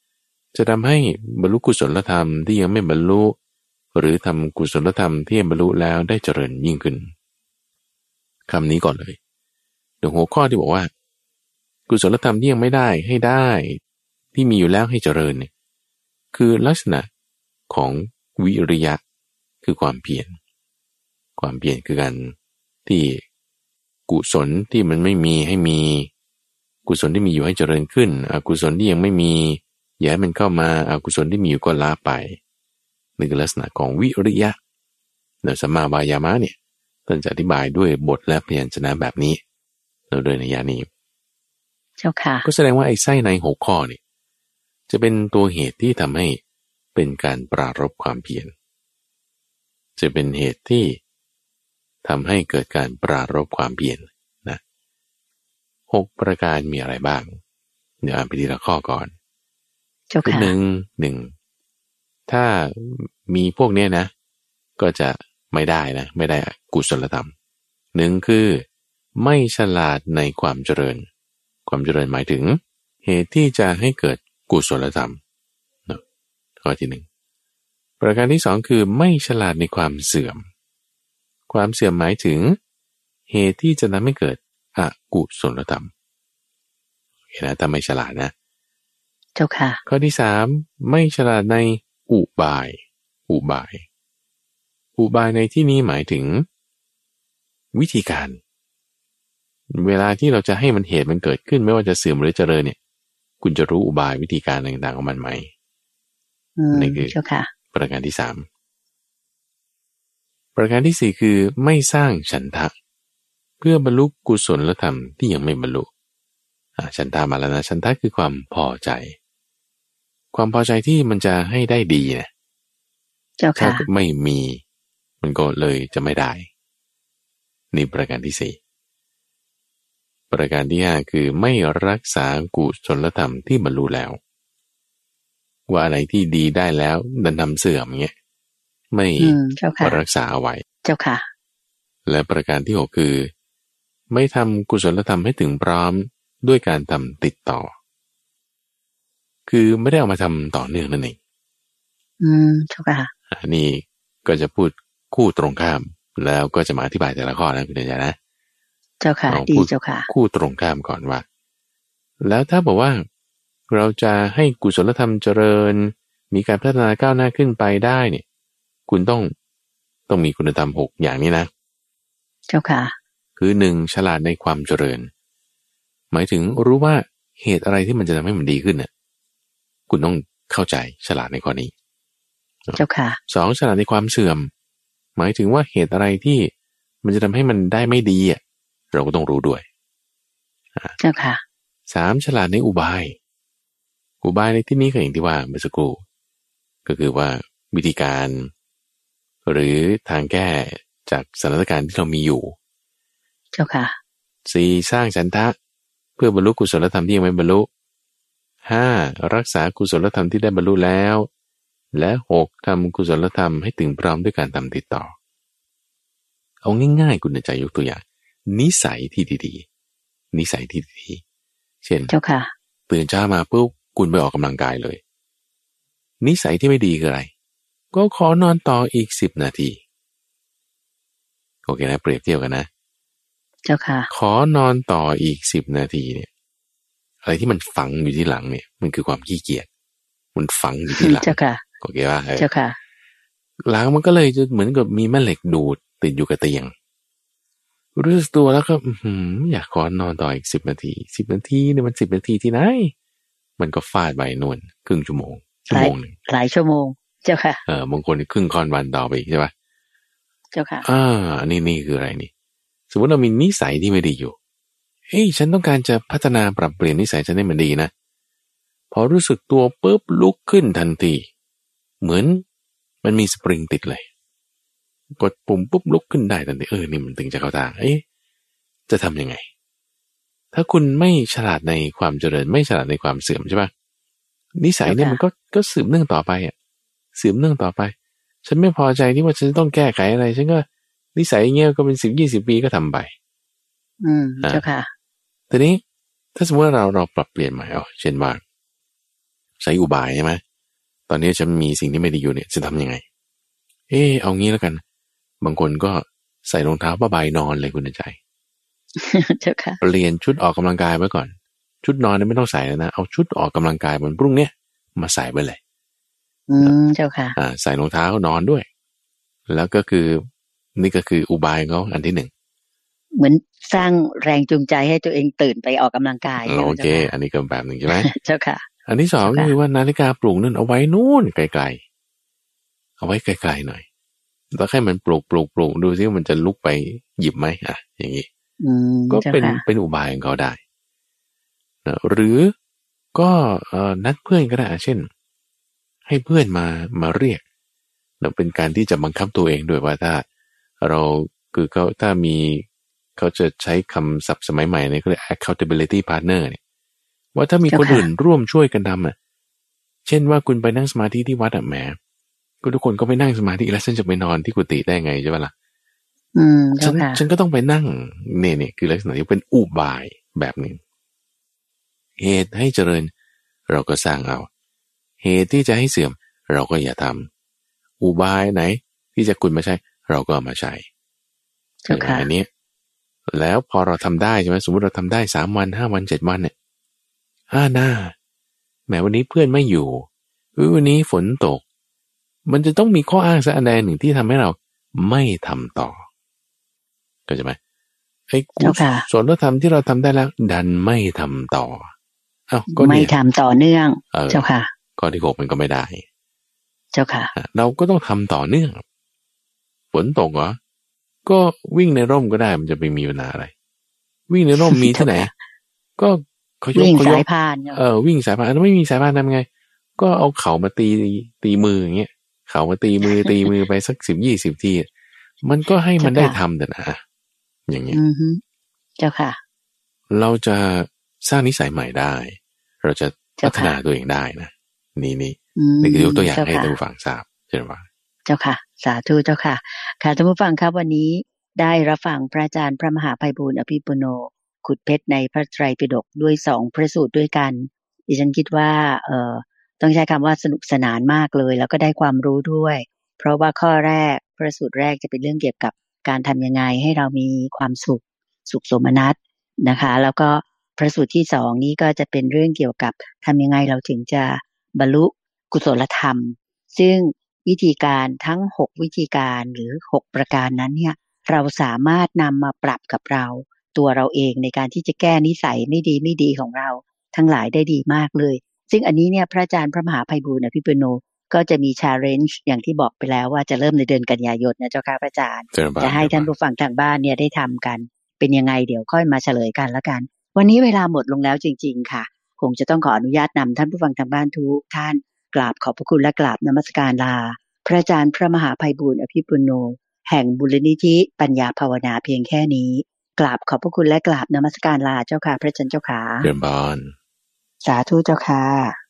จะทำให้บรรลุกุศลธรรมที่ยังไม่บรรลุหรือทำกุศลธรรมที่บรรลุแล้วได้เจริญยิ่งขึ้นคำนี้ก่อนเลยเดี๋ยวหัวข้อที่บอกว่ากุศลธรรมที่ยังไม่ได้ให้ได้ที่มีอยู่แล้วให้เจริญเนี่ยคือลักษณะของวิริยะคือความเพียรคือการที่กุศลที่มันไม่มีให้มีกุศลที่มีอยู่ให้เจริญขึ้นอกุศลที่ยังไม่มีอย่าให้มันเข้ามาอกุศลที่มีอยู่ก็ละไปนี่คือลักษณะของวิริยะในสัมมาวายามะเนี่ยท่านจะอธิบายด้วยบทและพยัญชนะแบบนี้เราโดยในยานี้เจ้าค่ะก็แสดงว่าไอ้ไส้ใน6ข้อนี่จะเป็นตัวเหตุที่ทำให้เป็นการปรารภความเพียรจะเป็นเหตุที่ทำให้เกิดการปรารภความเพียรนะ6ประการมีอะไรบ้างเดี๋ยวอ่านไปทีละข้อก่อนเจ้าค่ะหนึ่งถ้ามีพวกเนี้ยนะก็จะไม่ได้นะไม่ได้กุศลธรรม1คือไม่ฉลาดในความเจริญหมายถึงเหตุที่จะให้เกิดกุศลธรรมข้อที่1ประการที่2คือไม่ฉลาดในความเสื่อมหมายถึงเหตุที่จะทำให้เกิดอกุศลธรรมเห็นนะถ้าไม่ฉลาดนะเจ้าค่ะข้อที่3ไม่ฉลาดในอุบายในที่นี้หมายถึงวิธีการเวลาที่เราจะให้มันเหตุมันเกิดขึ้นไม่ว่าจะเสื่อมหรือเจริญเนี่ยคุณจะรู้อุบายวิธีการต่างๆของมันไหมนี่คือประการที่3ประการที่4คือไม่สร้างฉันทะเพื่อบรรลุกุศลธรรมที่ยังไม่บรรลุฉันทะมาแล้วนะฉันทะคือความพอใจที่มันจะให้ได้ดีนะถ้าไม่มีมันก็เลยจะไม่ได้นี่ประการที่4ประการที่5คือไม่รักษากุศลธรรมที่บรรลุแล้วว่าอะไรที่ดีได้แล้วดันทำเสื่อมเงี้ยไม่รักษาเอาไว้เจ้าค่ะและประการที่6คือไม่ทำกุศลธรรมให้ถึงพร้อมด้วยการทำติดต่อคือไม่ได้เอามาทำต่อเนื่องนั่นเองเจ้าค่ะอันนี้ก็จะพูดคู่ตรงข้ามแล้วก็จะมาอธิบายแต่ละข้อนะคุณเดชนะเจ้าค่ะดีเจ้าค่ะคู่ตรงข้ามก่อนว่าแล้วถ้าบอกว่าเราจะให้กุศลธรรมเจริญมีการพัฒนาก้าวหน้าขึ้นไปได้เนี่ยคุณต้องมีคุณธรรม6อย่างนี้นะเจ้าค่ะคือ1ฉลาดในความเจริญหมายถึงรู้ว่าเหตุอะไรที่มันจะทำให้มันดีขึ้นเนี่ยคุณต้องเข้าใจฉลาดในข้อนี้เจ้าค่ะ 2ฉลาดในความเสื่อมหมายถึงว่าเหตุอะไรที่มันจะทำให้มันได้ไม่ดีอ่ะเราก็ต้องรู้ด้วยเจ้าค่ะ 3ฉลาดในอุบายในที่นี้ก็อย่างที่ว่าเมื่อสักครู่ก็คือว่าวิธีการหรือทางแก้จากสถานการณ์ที่เรามีอยู่เจ้าค่ะ 4สร้างฉันทะเพื่อบรรลุกุศลธรรมที่ยังไม่บรรลุ5รักษากุศลธรรมที่ได้บรรลุแล้วและ6ทำกุศลธรรมให้ถึงพร้อมด้วยการทำติดต่อเอาง่ายๆคุณใจยกตัวอย่างนิสัยที่ดีเช่นเจ้าค่ะตื่นเช้ามาปุ๊บคุณไปออกกำลังกายเลยนิสัยที่ไม่ดีคืออะไรก็ขอนอนต่ออีก10 นาทีโอเคนะเปรียบเทียบกันนะเจ้าค่ะขอนอนต่ออีก10 นาทีเนี่ยอะไรที่มันฝังอยู่ที่หลังเนี่ยมันคือความขี้เกียจมันฝังอยู่ที่หลังเจ้าค่ะโอเคป่ะเจ้าค่ะหลังมันก็เลยจะเหมือนกับมีแม่เหล็กดูดติดอยู่กับเตียงรู้สึกตัวแล้วก็อยากขอนอนต่ออีก10 นาทีเนี่ยมัน10 นาทีที่ไหนมันก็ฟาดไปนวลครึ่งชั่วโมงนึงหลายชั่วโมงเจ้าค่ะบางคนครึ่งค่อนวันต่อไปอีกใช่ป่ะเจ้าค่ะนี่คืออะไรนี่สมมติเรามีนิสัยที่ไม่ดีอยู่ฉันต้องการจะพัฒนาปรับเปลี่ยนนิสัยฉันให้มันดีนะพอรู้สึกตัวปุ๊บลุกขึ้นทันทีเหมือนมันมีสปริงติดเลยกดปุ่มปุ๊บลุกขึ้นได้ทันทีนี่มันถึงจะเข้าทางจะทำยังไงถ้าคุณไม่ฉลาดในความเจริญไม่ฉลาดในความเสื่อมใช่ปะนิสัยเนี่ยมันก็สืบเนื่องต่อไปสืบเนื่องต่อไปฉันไม่พอใจที่ว่าฉันต้องแก้ไขอะไรฉันก็นิสัยเงี้ยก็เป็น10-20 ปีก็ทำไปเจ้าค่ะทีนี้ถ้าสมมติว่าเราปรับเปลี่ยนใหม่เช่นว่าใช้อุบายใช่ไหมตอนนี้ฉันมีสิ่งที่ไม่ดีอยู่เนี่ยจะทำยังไงเอางี้แล้วกันบางคนก็ใส่รองเท้าผ้าใบนอนเลยคุณใจเจ้าค่ะเปลี่ยนชุดออกกำลังกายไว้ก่อนชุดนอนเนี่ยไม่ต้องใส่แล้วนะเอาชุดออกกำลังกายวันพรุ่งนี้มาใส่ไปเลยเจ้าค่ะใส่รองเท้านอนด้วยแล้วก็คือนี่ก็คืออุบายเขาอันที่หนึ่งเหมือนสร้างแรงจูงใจให้ตัวเองตื่นไปออกกำลังกายโอเคอันนี้ก็แบบหนึ่งใช่ไหมเจ้าค่ะอันที่สองก็คือว่านาฬิกาปลุกนั่นเอาไว้นู่นไกลๆเอาไว้ไกลๆหน่อยแล้วให้มันปลุกดูซิว่ามันจะลุกไปหยิบไหมอย่างนี้ก็เป็นอุบายของเขาได้นะหรือก็นัดเพื่อนก็ได้เช่นให้เพื่อนมาเรียกนะเป็นการที่จะบังคับตัวเองด้วยว่าถ้าเราคือเขาถ้ามีเขาจะใช้คำศัพท์สมัยใหม่เนี่ยก็เรียก accountability partner เนี่ยว่าถ้ามีคนอื่นร่วมช่วยกันทำเช่นว่าคุณไปนั่งสมาธิที่วัดแหมก็ทุกคนก็ไปนั่งสมาธิแล้วฉันจะไปนอนที่กุฏิได้ไงใช่ปะล่ะฉันก็ต้องไปนั่งเนี่ยคือลักษณะที่เป็นอุบายแบบหนึ่งเหตุให้เจริญเราก็สร้างเอาเหตุที่จะให้เสื่อมเราก็อย่าทำอุบายไหนที่จะคุณมาใช้เราก็เอามาใช้อันนี้แล้วพอเราทำได้ใช่ไหมสมมติเราทำได้3 วัน5 วัน7 วันเนี่ยหน้าแม้วันนี้เพื่อนไม่อยู่วันนี้ฝนตกมันจะต้องมีข้ออ้างสักอันใดหนึ่งที่ทำให้เราไม่ทำต่อก็ใช่ไหมกุศลธรรมที่เราทำได้แล้วดันไม่ทำต่อก็ไม่ทำต่อเนื่องเจ้าค่ะข้อที่ 6มันก็ไม่ได้เจ้าค่ะเราก็ต้องทำต่อเนื่องฝนตกเหรอก็วิ่งในร่มก็ได้มันจะไปมีปัญหาอะไรวิ่งในร่มมีที่ไหนก็เขาวิ่งสายพานวิ่งสายพานแล้วไม่มีสายพานทำไงก็เอาเข่ามาตีมืออย่างเงี้ยเข่ามาตีมือไปสัก10-20 ทีมันก็ให้มันได้ทำแต่นะอย่างเงี้ยเจ้าค่ะเราจะสร้างนิสัยใหม่ได้เราจะพัฒนาตัวเองได้นะนี่คือยกตัวอย่างให้ท่านผู้ฟังทราบใช่ไหมเจ้าค่ะสาธุเจ้าค่ะค่ะท่านผู้ฟังครับวันนี้ได้รับฟังพระอาจารย์พระมหาไพบูลย์อภิปุโนขุดเพชรในพระไตรปิฎกด้วย2 พระสูตรด้วยกันดิฉันคิดว่าต้องใช้คำว่าสนุกสนานมากเลยแล้วก็ได้ความรู้ด้วยเพราะว่าข้อแรกพระสูตรแรกจะเป็นเรื่องเกี่ยวกับการทำยังไงให้เรามีความสุขสมนัสนะคะแล้วก็พระสูตรที่2นี้ก็จะเป็นเรื่องเกี่ยวกับทำยังไงเราถึงจะบรรลุกุศลธรรมซึ่งวิธีการทั้ง6วิธีการหรือ6ประการนั้นเนี่ยเราสามารถนำมาปรับกับเราตัวเราเองในการที่จะแก้นิสัยไม่ดีของเราทั้งหลายได้ดีมากเลยซึ่งอันนี้เนี่ยพระอาจารย์พระมหาไพบูลย์อภิปุโนก็จะมี challenge อย่างที่บอกไปแล้วว่าจะเริ่มในเดือนกันยายนนะเจ้าค่ะพระอาจารย์จะให้ท่านผู้ฟังทางบ้านเนี่ยได้ทำกันเป็นยังไงเดี๋ยวค่อยมาเฉลยกันละกันวันนี้เวลาหมดลงแล้วจริงๆค่ะคงจะต้องขออนุญาตนำท่านผู้ฟังทางบ้านทุกท่านกราบขอบพระคุณและกราบนมัสการลาพระอาจารย์พระมหาไพบูลย์อภิปุโนแห่งมูลนิธิปัญญาภาวนาเพียงแค่นี้กราบขอบพระคุณและกราบนมัสการลาเจ้าค่ะพระอาจารย์เจ้าค่ะเยี่ยมบานสาธุเจ้าค่ะ